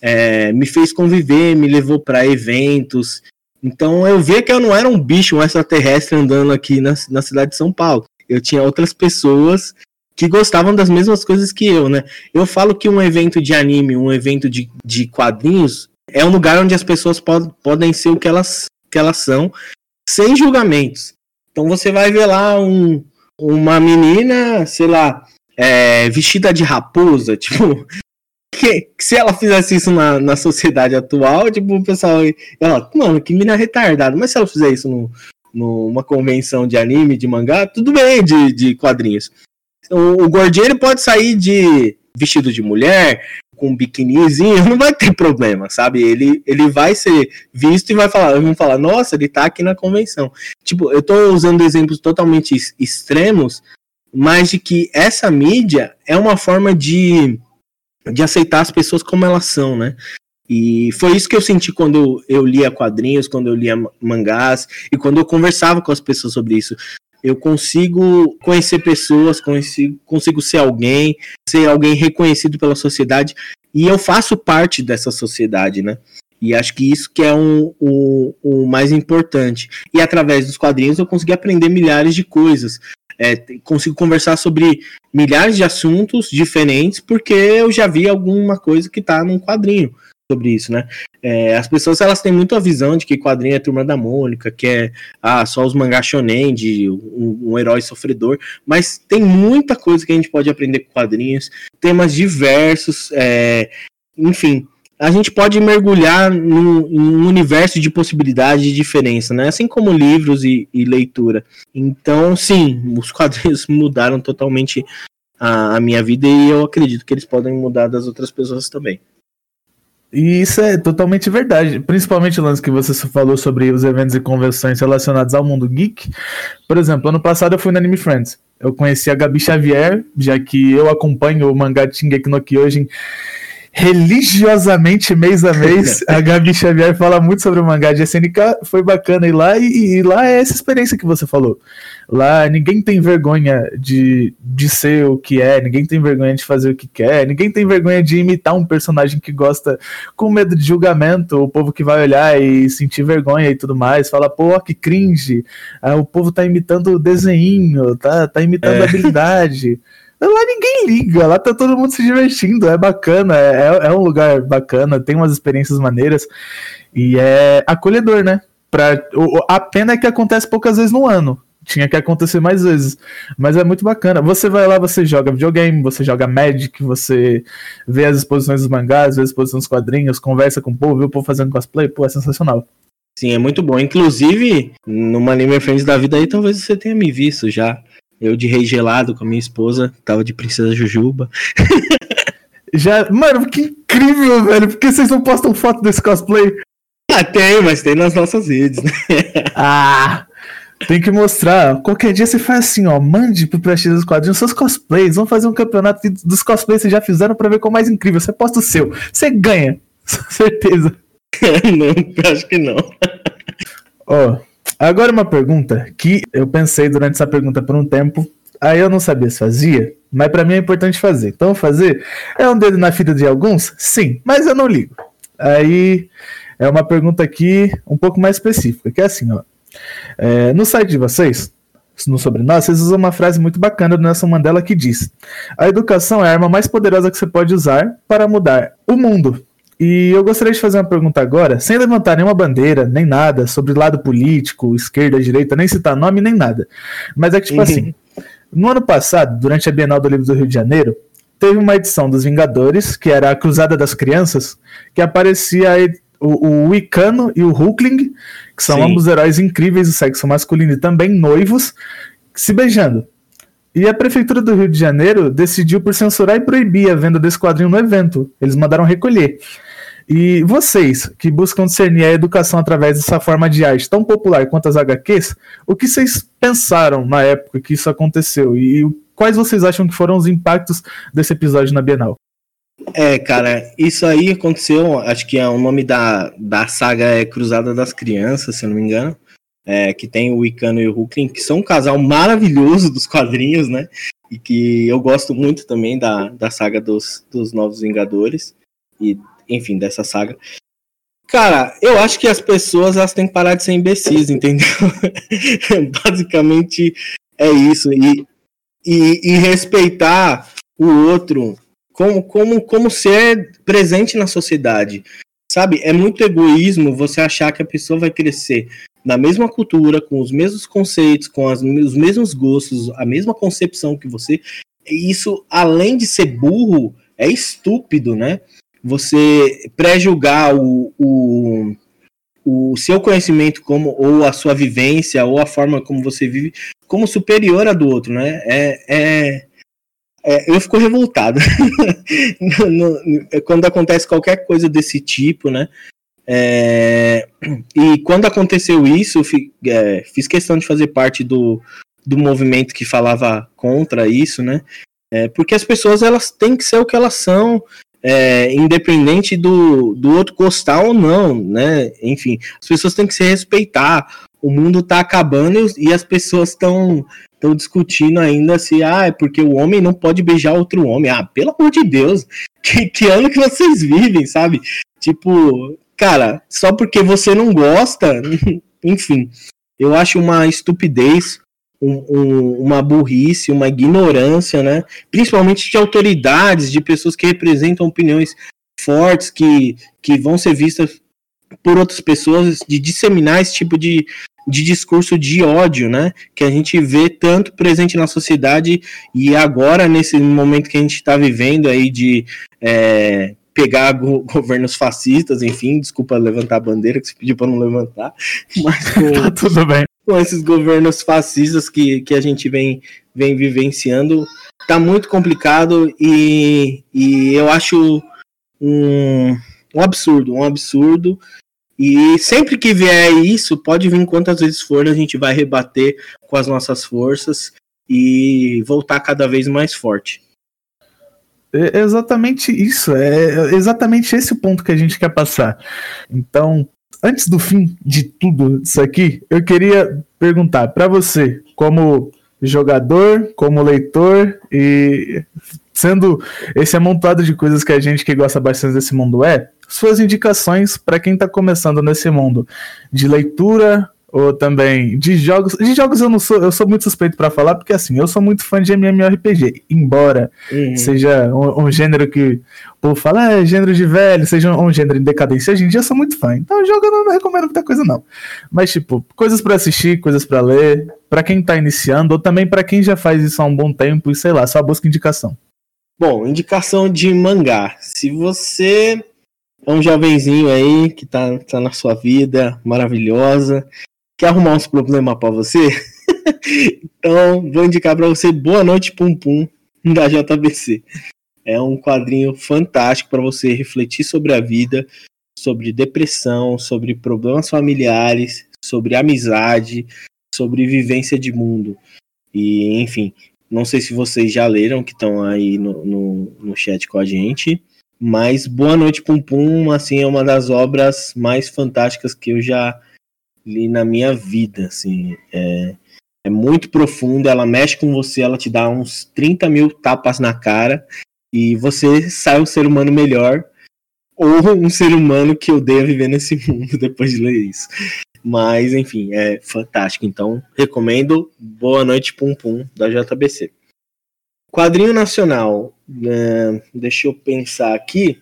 É, me fez conviver, me levou para eventos. Então eu vi que eu não era um bicho, um extraterrestre andando aqui na, na cidade de São Paulo. Eu tinha outras pessoas que gostavam das mesmas coisas que eu, né? Eu falo que um evento de anime, um evento de, de quadrinhos, é um lugar onde as pessoas pod, podem ser o que elas, que elas são, sem julgamentos. Então você vai ver lá um, uma menina, sei lá, é, vestida de raposa, tipo, que, que se ela fizesse isso na, na sociedade atual, tipo, o pessoal, ela, mano, que menina retardada, mas se ela fizer isso no, numa convenção de anime, de mangá, tudo bem, de, de quadrinhos. O, o gordinho, ele pode sair de vestido de mulher, com um biquinizinho, não vai ter problema, sabe? Ele, ele vai ser visto e vai falar, vamos falar, nossa, ele tá aqui na convenção. Tipo, eu tô usando exemplos totalmente extremos, mas de que essa mídia é uma forma de, de aceitar as pessoas como elas são, né? E foi isso que eu senti quando eu, eu lia quadrinhos, quando eu lia mangás, e quando eu conversava com as pessoas sobre isso. Eu consigo conhecer pessoas, consigo, consigo ser alguém, ser alguém reconhecido pela sociedade, e eu faço parte dessa sociedade, né? E acho que isso que é um, um, o mais importante. E através dos quadrinhos eu consegui aprender milhares de coisas. É, consigo conversar sobre milhares de assuntos diferentes, porque eu já vi alguma coisa que está num quadrinho sobre isso, né? É, as pessoas, elas têm muito a visão de que quadrinho é Turma da Mônica, que é ah, só os mangá shonen de um, um herói sofredor, mas tem muita coisa que a gente pode aprender com quadrinhos, temas diversos, é, enfim, a gente pode mergulhar num, num universo de possibilidade de diferença, né? Assim como livros e, e leitura. Então, sim, os quadrinhos mudaram totalmente a, a minha vida, e eu acredito que eles podem mudar das outras pessoas também. E isso é totalmente verdade, principalmente o lance que você falou sobre os eventos e convenções relacionados ao mundo geek. Por exemplo, ano passado eu fui no Anime Friends, eu conheci a Gabi Xavier, já que eu acompanho o mangá de Shingeki no Kyojin religiosamente, mês a mês, a Gabi Xavier fala muito sobre o mangá de S N K, foi bacana ir lá, e, e lá é essa experiência que você falou. Lá ninguém tem vergonha de, de ser o que é, ninguém tem vergonha de fazer o que quer, ninguém tem vergonha de imitar um personagem que gosta com medo de julgamento, o povo que vai olhar e sentir vergonha e tudo mais, fala, pô, que cringe, ah, o povo tá imitando o desenho, tá, tá imitando a é. habilidade. Lá ninguém liga, lá tá todo mundo se divertindo, é bacana, é, é um lugar bacana, tem umas experiências maneiras e é acolhedor, né? Pra, a pena é que acontece poucas vezes no ano, tinha que acontecer mais vezes, mas é muito bacana. Você vai lá, você joga videogame, você joga Magic, você vê as exposições dos mangás, vê as exposições dos quadrinhos, conversa com o povo, vê o povo fazendo cosplay, pô, é sensacional. Sim, é muito bom, inclusive, numa Anime Friends da vida aí, talvez você tenha me visto já. Eu de rei gelado com a minha esposa, tava de princesa Jujuba. Já, mano, que incrível, velho. Por que vocês não postam foto desse cosplay? Ah, tem, mas tem nas nossas redes, né? Ah, tem que mostrar. Qualquer dia você faz assim, ó, mande pro Prestígio dos Quadrinhos seus cosplays. Vamos fazer um campeonato dos cosplays que vocês já fizeram pra ver qual é o mais incrível. Você posta o seu, você ganha. Certeza. Não, acho que não. Ó... Oh. Agora uma pergunta que eu pensei durante essa pergunta por um tempo, aí eu não sabia se fazia, mas pra mim é importante fazer. Então fazer é um dedo na ferida de alguns? Sim, mas eu não ligo. Aí é uma pergunta aqui um pouco mais específica, que é assim, ó. É, no site de vocês, no Sobre Nós, vocês usam uma frase muito bacana do Nelson Mandela que diz: a educação é a arma mais poderosa que você pode usar para mudar o mundo. E eu gostaria de fazer uma pergunta agora, sem levantar nenhuma bandeira, nem nada, sobre lado político, esquerda, direita, nem citar nome, nem nada. Mas é que, tipo uhum. assim, no ano passado, durante a Bienal do Livro do Rio de Janeiro, teve uma edição dos Vingadores, que era a Cruzada das Crianças, que aparecia o, o Wicano e o Hulkling, que são Sim. ambos heróis incríveis do sexo masculino e também noivos, se beijando. E a Prefeitura do Rio de Janeiro decidiu por censurar e proibir a venda desse quadrinho no evento. Eles mandaram recolher. E vocês, que buscam discernir a educação através dessa forma de arte tão popular quanto as agá quês, o que vocês pensaram na época que isso aconteceu? E quais vocês acham que foram os impactos desse episódio na Bienal? É, cara, isso aí aconteceu, acho que é o nome da, da saga é Cruzada das Crianças, se eu não me engano, é, que tem o Wicano e o Hulkling, que são um casal maravilhoso dos quadrinhos, né? E que eu gosto muito também da, da saga dos, dos Novos Vingadores. E enfim, dessa saga. Cara, eu acho que as pessoas elas têm que parar de ser imbecis, entendeu? Basicamente é isso. E, e, e respeitar o outro como, como, como ser presente na sociedade. Sabe? É muito egoísmo você achar que a pessoa vai crescer na mesma cultura, com os mesmos conceitos, com as, os mesmos gostos, a mesma concepção que você. Isso, além de ser burro, é estúpido, né? Você pré-julgar o, o, o seu conhecimento como, ou a sua vivência, ou a forma como você vive, como superior à do outro, né? É, é, é, eu fico revoltado no, no, quando acontece qualquer coisa desse tipo, né? É, e quando aconteceu isso, eu fi, é, fiz questão de fazer parte do, do movimento que falava contra isso, né? É, porque as pessoas elas têm que ser o que elas são. É, independente do, do outro gostar ou não, né? Enfim, as pessoas têm que se respeitar. O mundo tá acabando e, e as pessoas estão estão discutindo ainda se ah, é porque o homem não pode beijar outro homem. Ah, pelo amor de Deus, que, que ano que vocês vivem, sabe? Tipo, cara, só porque você não gosta, enfim, eu acho uma estupidez. Um, um, uma burrice, uma ignorância, né? Principalmente de autoridades, de pessoas que representam opiniões fortes, que, que vão ser vistas por outras pessoas, de disseminar esse tipo de, de discurso de ódio, né? Que a gente vê tanto presente na sociedade e agora, nesse momento que a gente está vivendo aí de é, pegar go- governos fascistas, enfim, desculpa levantar a bandeira que você pediu para não levantar, mas com... Tá tudo bem. Com esses governos fascistas que, que a gente vem, vem vivenciando, tá muito complicado e, e eu acho um, um absurdo, um absurdo. E sempre que vier isso, pode vir quantas vezes for, a gente vai rebater com as nossas forças e voltar cada vez mais forte. É exatamente isso, é exatamente esse o ponto que a gente quer passar. Então, antes do fim de tudo isso aqui, eu queria perguntar para você, como jogador, como leitor e sendo esse amontoado de coisas que a gente que gosta bastante desse mundo é, suas indicações para quem está começando nesse mundo de leitura ou também de jogos. De jogos eu não sou, eu sou muito suspeito para falar, porque assim, eu sou muito fã de MMORPG, embora uhum. seja um, um gênero que o povo fala, ah, é gênero de velho, seja um, um gênero em decadência, hoje em dia eu sou muito fã, então jogo eu não, não recomendo muita coisa não. Mas tipo, coisas para assistir, coisas para ler, para quem tá iniciando, ou também para quem já faz isso há um bom tempo, e sei lá, só busca indicação. Bom, indicação de mangá. Se você é um jovenzinho aí que tá, tá na sua vida maravilhosa, quer arrumar uns problemas pra você? Então, vou indicar pra você Boa Noite Pum Pum, da J B C. É um quadrinho fantástico para você refletir sobre a vida, sobre depressão, sobre problemas familiares, sobre amizade, sobre vivência de mundo. E, enfim, não sei se vocês já leram, que estão aí no, no, no chat com a gente, mas Boa Noite Pum Pum, assim, é uma das obras mais fantásticas que eu já li na minha vida, assim, é, é muito profunda, ela mexe com você, ela te dá uns trinta mil tapas na cara, e você sai um ser humano melhor, ou um ser humano que odeia viver nesse mundo depois de ler isso. Mas, enfim, é fantástico, então recomendo Boa Noite Pum Pum, da J B C. Quadrinho nacional, né, deixa eu pensar aqui.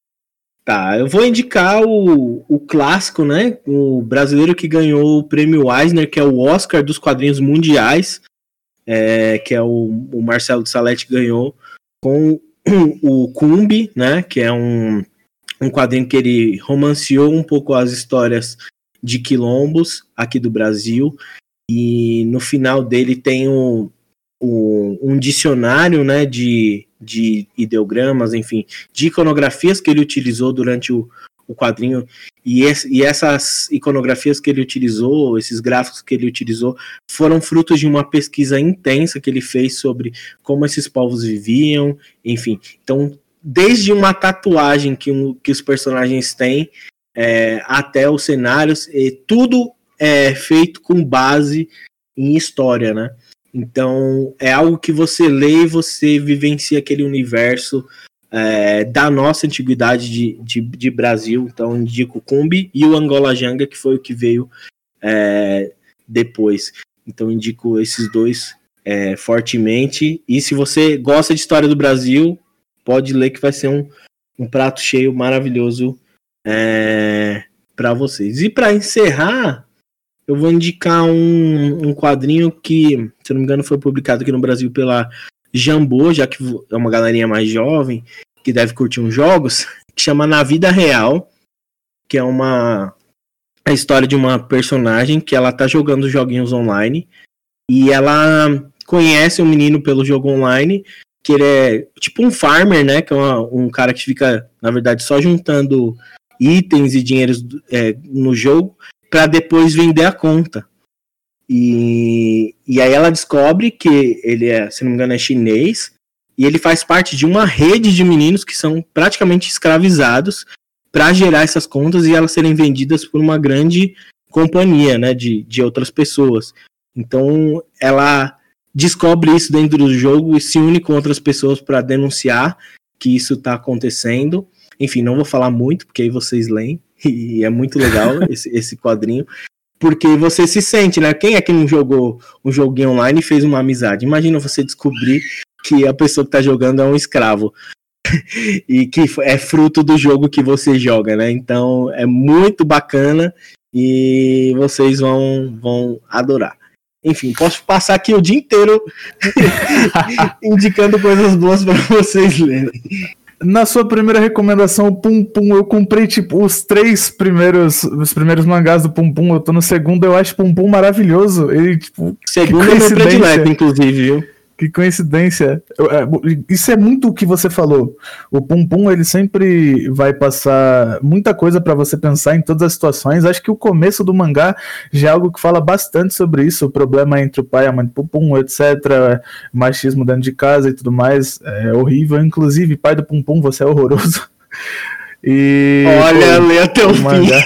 Tá, eu vou indicar o, o clássico, né? O brasileiro que ganhou o prêmio Eisner, que é o Oscar dos quadrinhos mundiais, é, que é o, o Marcelo de Salete ganhou, com o Cumbi, né? Que é um, um quadrinho que ele romanceou um pouco as histórias de quilombos aqui do Brasil, e no final dele tem um, um, um dicionário, né? De de ideogramas, enfim, de iconografias que ele utilizou durante o, o quadrinho, e, esse, e essas iconografias que ele utilizou, esses gráficos que ele utilizou, foram frutos de uma pesquisa intensa que ele fez sobre como esses povos viviam, enfim. Então, desde uma tatuagem que, um, que os personagens têm, é, até os cenários, e tudo é feito com base em história, né? Então, é algo que você lê e você vivencia aquele universo é, da nossa antiguidade de, de, de Brasil. Então, indico o Cumbi e o Angola Janga, que foi o que veio é, depois. Então, indico esses dois é, fortemente. E se você gosta de história do Brasil, pode ler que vai ser um, um prato cheio maravilhoso é, para vocês. E para encerrar, eu vou indicar um, um quadrinho que, se não me engano, foi publicado aqui no Brasil pela Jambô, já que é uma galerinha mais jovem, que deve curtir uns jogos, que chama Na Vida Real, que é uma a história de uma personagem que ela tá jogando joguinhos online, e ela conhece um menino pelo jogo online, que ele é tipo um farmer, né, que é uma, um cara que fica, na verdade, só juntando itens e dinheiros é, no jogo, para depois vender a conta. E, e aí ela descobre que ele é, se não me engano, é chinês, e ele faz parte de uma rede de meninos que são praticamente escravizados para gerar essas contas e elas serem vendidas por uma grande companhia, né, de, de outras pessoas. Então ela descobre isso dentro do jogo e se une com outras pessoas para denunciar que isso está acontecendo. Enfim, não vou falar muito, porque aí vocês leem. E é muito legal esse, esse quadrinho, porque você se sente, né? Quem é que não jogou um joguinho online e fez uma amizade? Imagina você descobrir que a pessoa que tá jogando é um escravo e que é fruto do jogo que você joga, né? Então é muito bacana e vocês vão, vão adorar. Enfim, posso passar aqui o dia inteiro indicando coisas boas para vocês lerem. Na sua primeira recomendação, o Pum Pum, eu comprei tipo os três primeiros, os primeiros mangás do Pum Pum. Eu tô no segundo, eu acho Pum Pum maravilhoso. Ele, tipo, segundo é meu predileto, inclusive, viu? Que coincidência. Isso é muito o que você falou. O Pum Pum, ele sempre vai passar muita coisa pra você pensar em todas as situações. Acho que o começo do mangá já é algo que fala bastante sobre isso. O problema entre o pai e a mãe do Pum Pum, etcétera. Machismo dentro de casa e tudo mais. É horrível. Inclusive, pai do Pum Pum, você é horroroso. E, olha, lê até o, o fim. Mangá...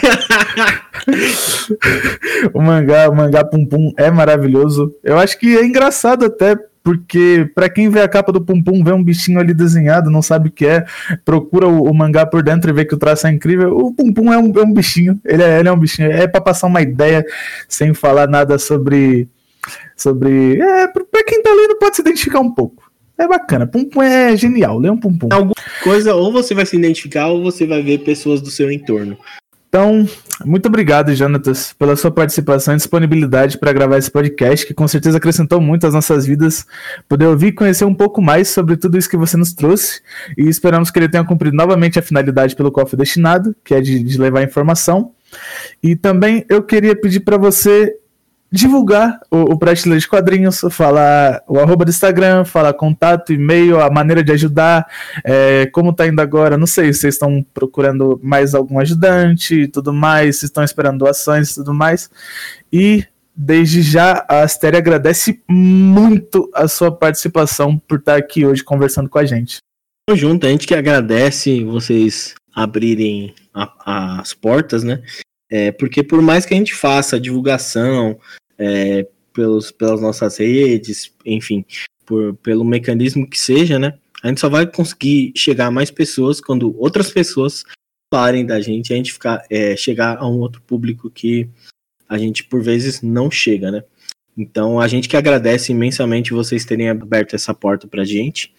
o mangá, o mangá Pum Pum é maravilhoso. Eu acho que é engraçado até, porque pra quem vê a capa do Pum Pum, vê um bichinho ali desenhado, não sabe o que é, procura o, o mangá por dentro e vê que o traço é incrível. O Pum Pum é um, é um bichinho, ele é, ele é um bichinho, é pra passar uma ideia sem falar nada sobre... sobre é, pra quem tá lendo pode se identificar um pouco. É bacana, Pum Pum é genial, lê um Pum Pum. Alguma coisa, ou você vai se identificar, ou você vai ver pessoas do seu entorno. Então, muito obrigado, Jonatas, pela sua participação e disponibilidade para gravar esse podcast, que com certeza acrescentou muito às nossas vidas, poder ouvir e conhecer um pouco mais sobre tudo isso que você nos trouxe, e esperamos que ele tenha cumprido novamente a finalidade pelo qual foi destinado, que é de, de levar informação. E também eu queria pedir para você divulgar o, o Prateleira de Quadrinhos, falar o arroba do Instagram, falar contato, e-mail, a maneira de ajudar, é, como tá indo agora, não sei, vocês estão procurando mais algum ajudante e tudo mais, vocês estão esperando doações e tudo mais, e desde já a Astéria agradece muito a sua participação por estar aqui hoje conversando com a gente. Tamo junto, a gente que agradece vocês abrirem a, as portas, né, é, porque por mais que a gente faça a divulgação, É, pelos, pelas nossas redes, enfim, por, pelo mecanismo que seja, né? A gente só vai conseguir chegar a mais pessoas quando outras pessoas falarem da gente, a gente ficar, é, chegar a um outro público que a gente, por vezes, não chega, né? Então, a gente que agradece imensamente vocês terem aberto essa porta pra gente.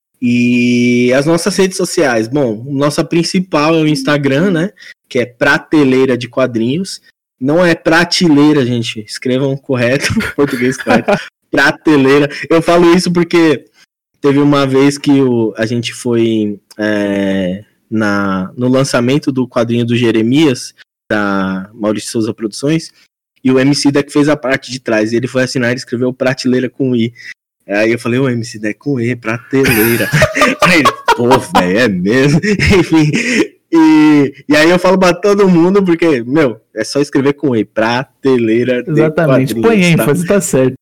E as nossas redes sociais, bom, nossa principal é o Instagram, né? Que é Prateleira de Quadrinhos. Não é prateleira, gente. Escrevam correto, português correto. Prateleira. Eu falo isso porque teve uma vez que o, a gente foi é, na, no lançamento do quadrinho do Jeremias, da Maurício Souza Produções, e o M C Deck fez a parte de trás. E ele foi assinar e escreveu Prateleira com I. Aí eu falei, o M C Deck com E, Prateleira. Aí ele, pô, velho, é mesmo? Enfim... E, e aí eu falo pra todo mundo, porque, meu, é só escrever com E, Prateleira de Exatamente, põe ênfase, tá? Tá certo.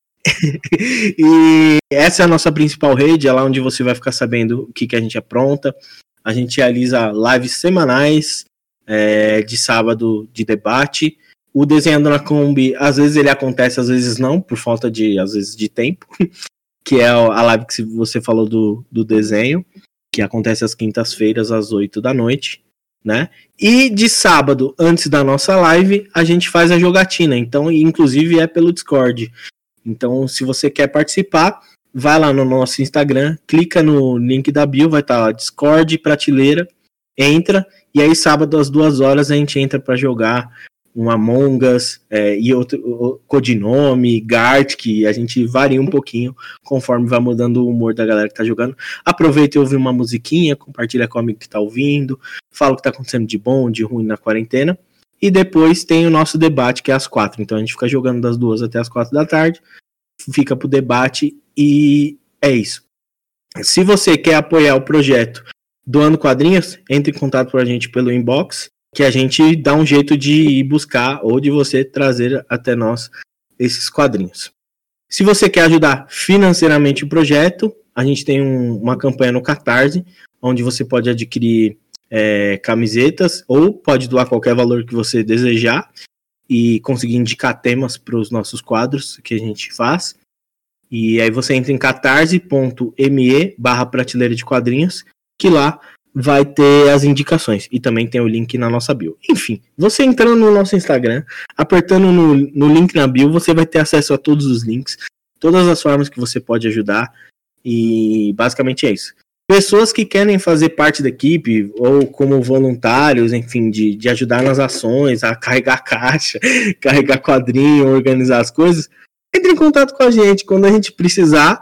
E essa é a nossa principal rede, é lá onde você vai ficar sabendo o que, que a gente apronta. A gente realiza lives semanais, é, de sábado de debate. O Desenhando na Kombi, às vezes ele acontece, às vezes não, por falta de, às vezes, de tempo. Que é a live que você falou do, do desenho, que acontece às quintas-feiras, às oito da noite. Né? E de sábado, antes da nossa live, a gente faz a jogatina, então, inclusive é pelo Discord. Então, se você quer participar, vai lá no nosso Instagram, clica no link da bio, vai estar lá, Discord, Prateleira, entra, e aí sábado às duas horas a gente entra para jogar um Among Us, é, e outro o, codinome, Gart, que a gente varia um pouquinho conforme vai mudando o humor da galera que tá jogando. Aproveita e ouve uma musiquinha, compartilha com o amigo que tá ouvindo, fala o que tá acontecendo de bom, de ruim na quarentena, e depois tem o nosso debate, que é às quatro, então a gente fica jogando das duas até as quatro da tarde, fica pro debate, e é isso. Se você quer apoiar o projeto Doando Quadrinhos, entre em contato com a gente pelo inbox, que a gente dá um jeito de ir buscar ou de você trazer até nós esses quadrinhos. Se você quer ajudar financeiramente o projeto, a gente tem um, uma campanha no Catarse, onde você pode adquirir é, camisetas ou pode doar qualquer valor que você desejar e conseguir indicar temas para os nossos quadros que a gente faz. E aí você entra em catarse.me barra prateleira de quadrinhos, que lá vai ter as indicações, e também tem o link na nossa bio. Enfim, você entrando no nosso Instagram, apertando no, no link na bio, você vai ter acesso a todos os links, todas as formas que você pode ajudar, e basicamente é isso. Pessoas que querem fazer parte da equipe, ou como voluntários, enfim, de, de ajudar nas ações, a carregar caixa, carregar quadrinho, organizar as coisas, entre em contato com a gente quando a gente precisar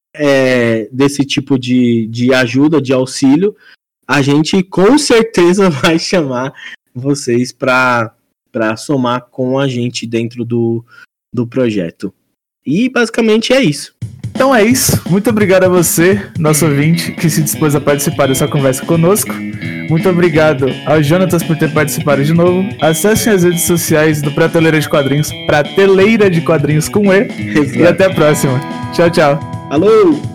é, desse tipo de, de ajuda, de auxílio. A gente com certeza vai chamar vocês para para somar com a gente dentro do, do projeto. E basicamente é isso. Então é isso. Muito obrigado a você, nosso ouvinte, que se dispôs a participar dessa conversa conosco. Muito obrigado ao Jonatas por ter participado de novo. Acessem as redes sociais do Prateleira de Quadrinhos, Prateleira de Quadrinhos com E. Exato. E até a próxima. Tchau, tchau. Alô!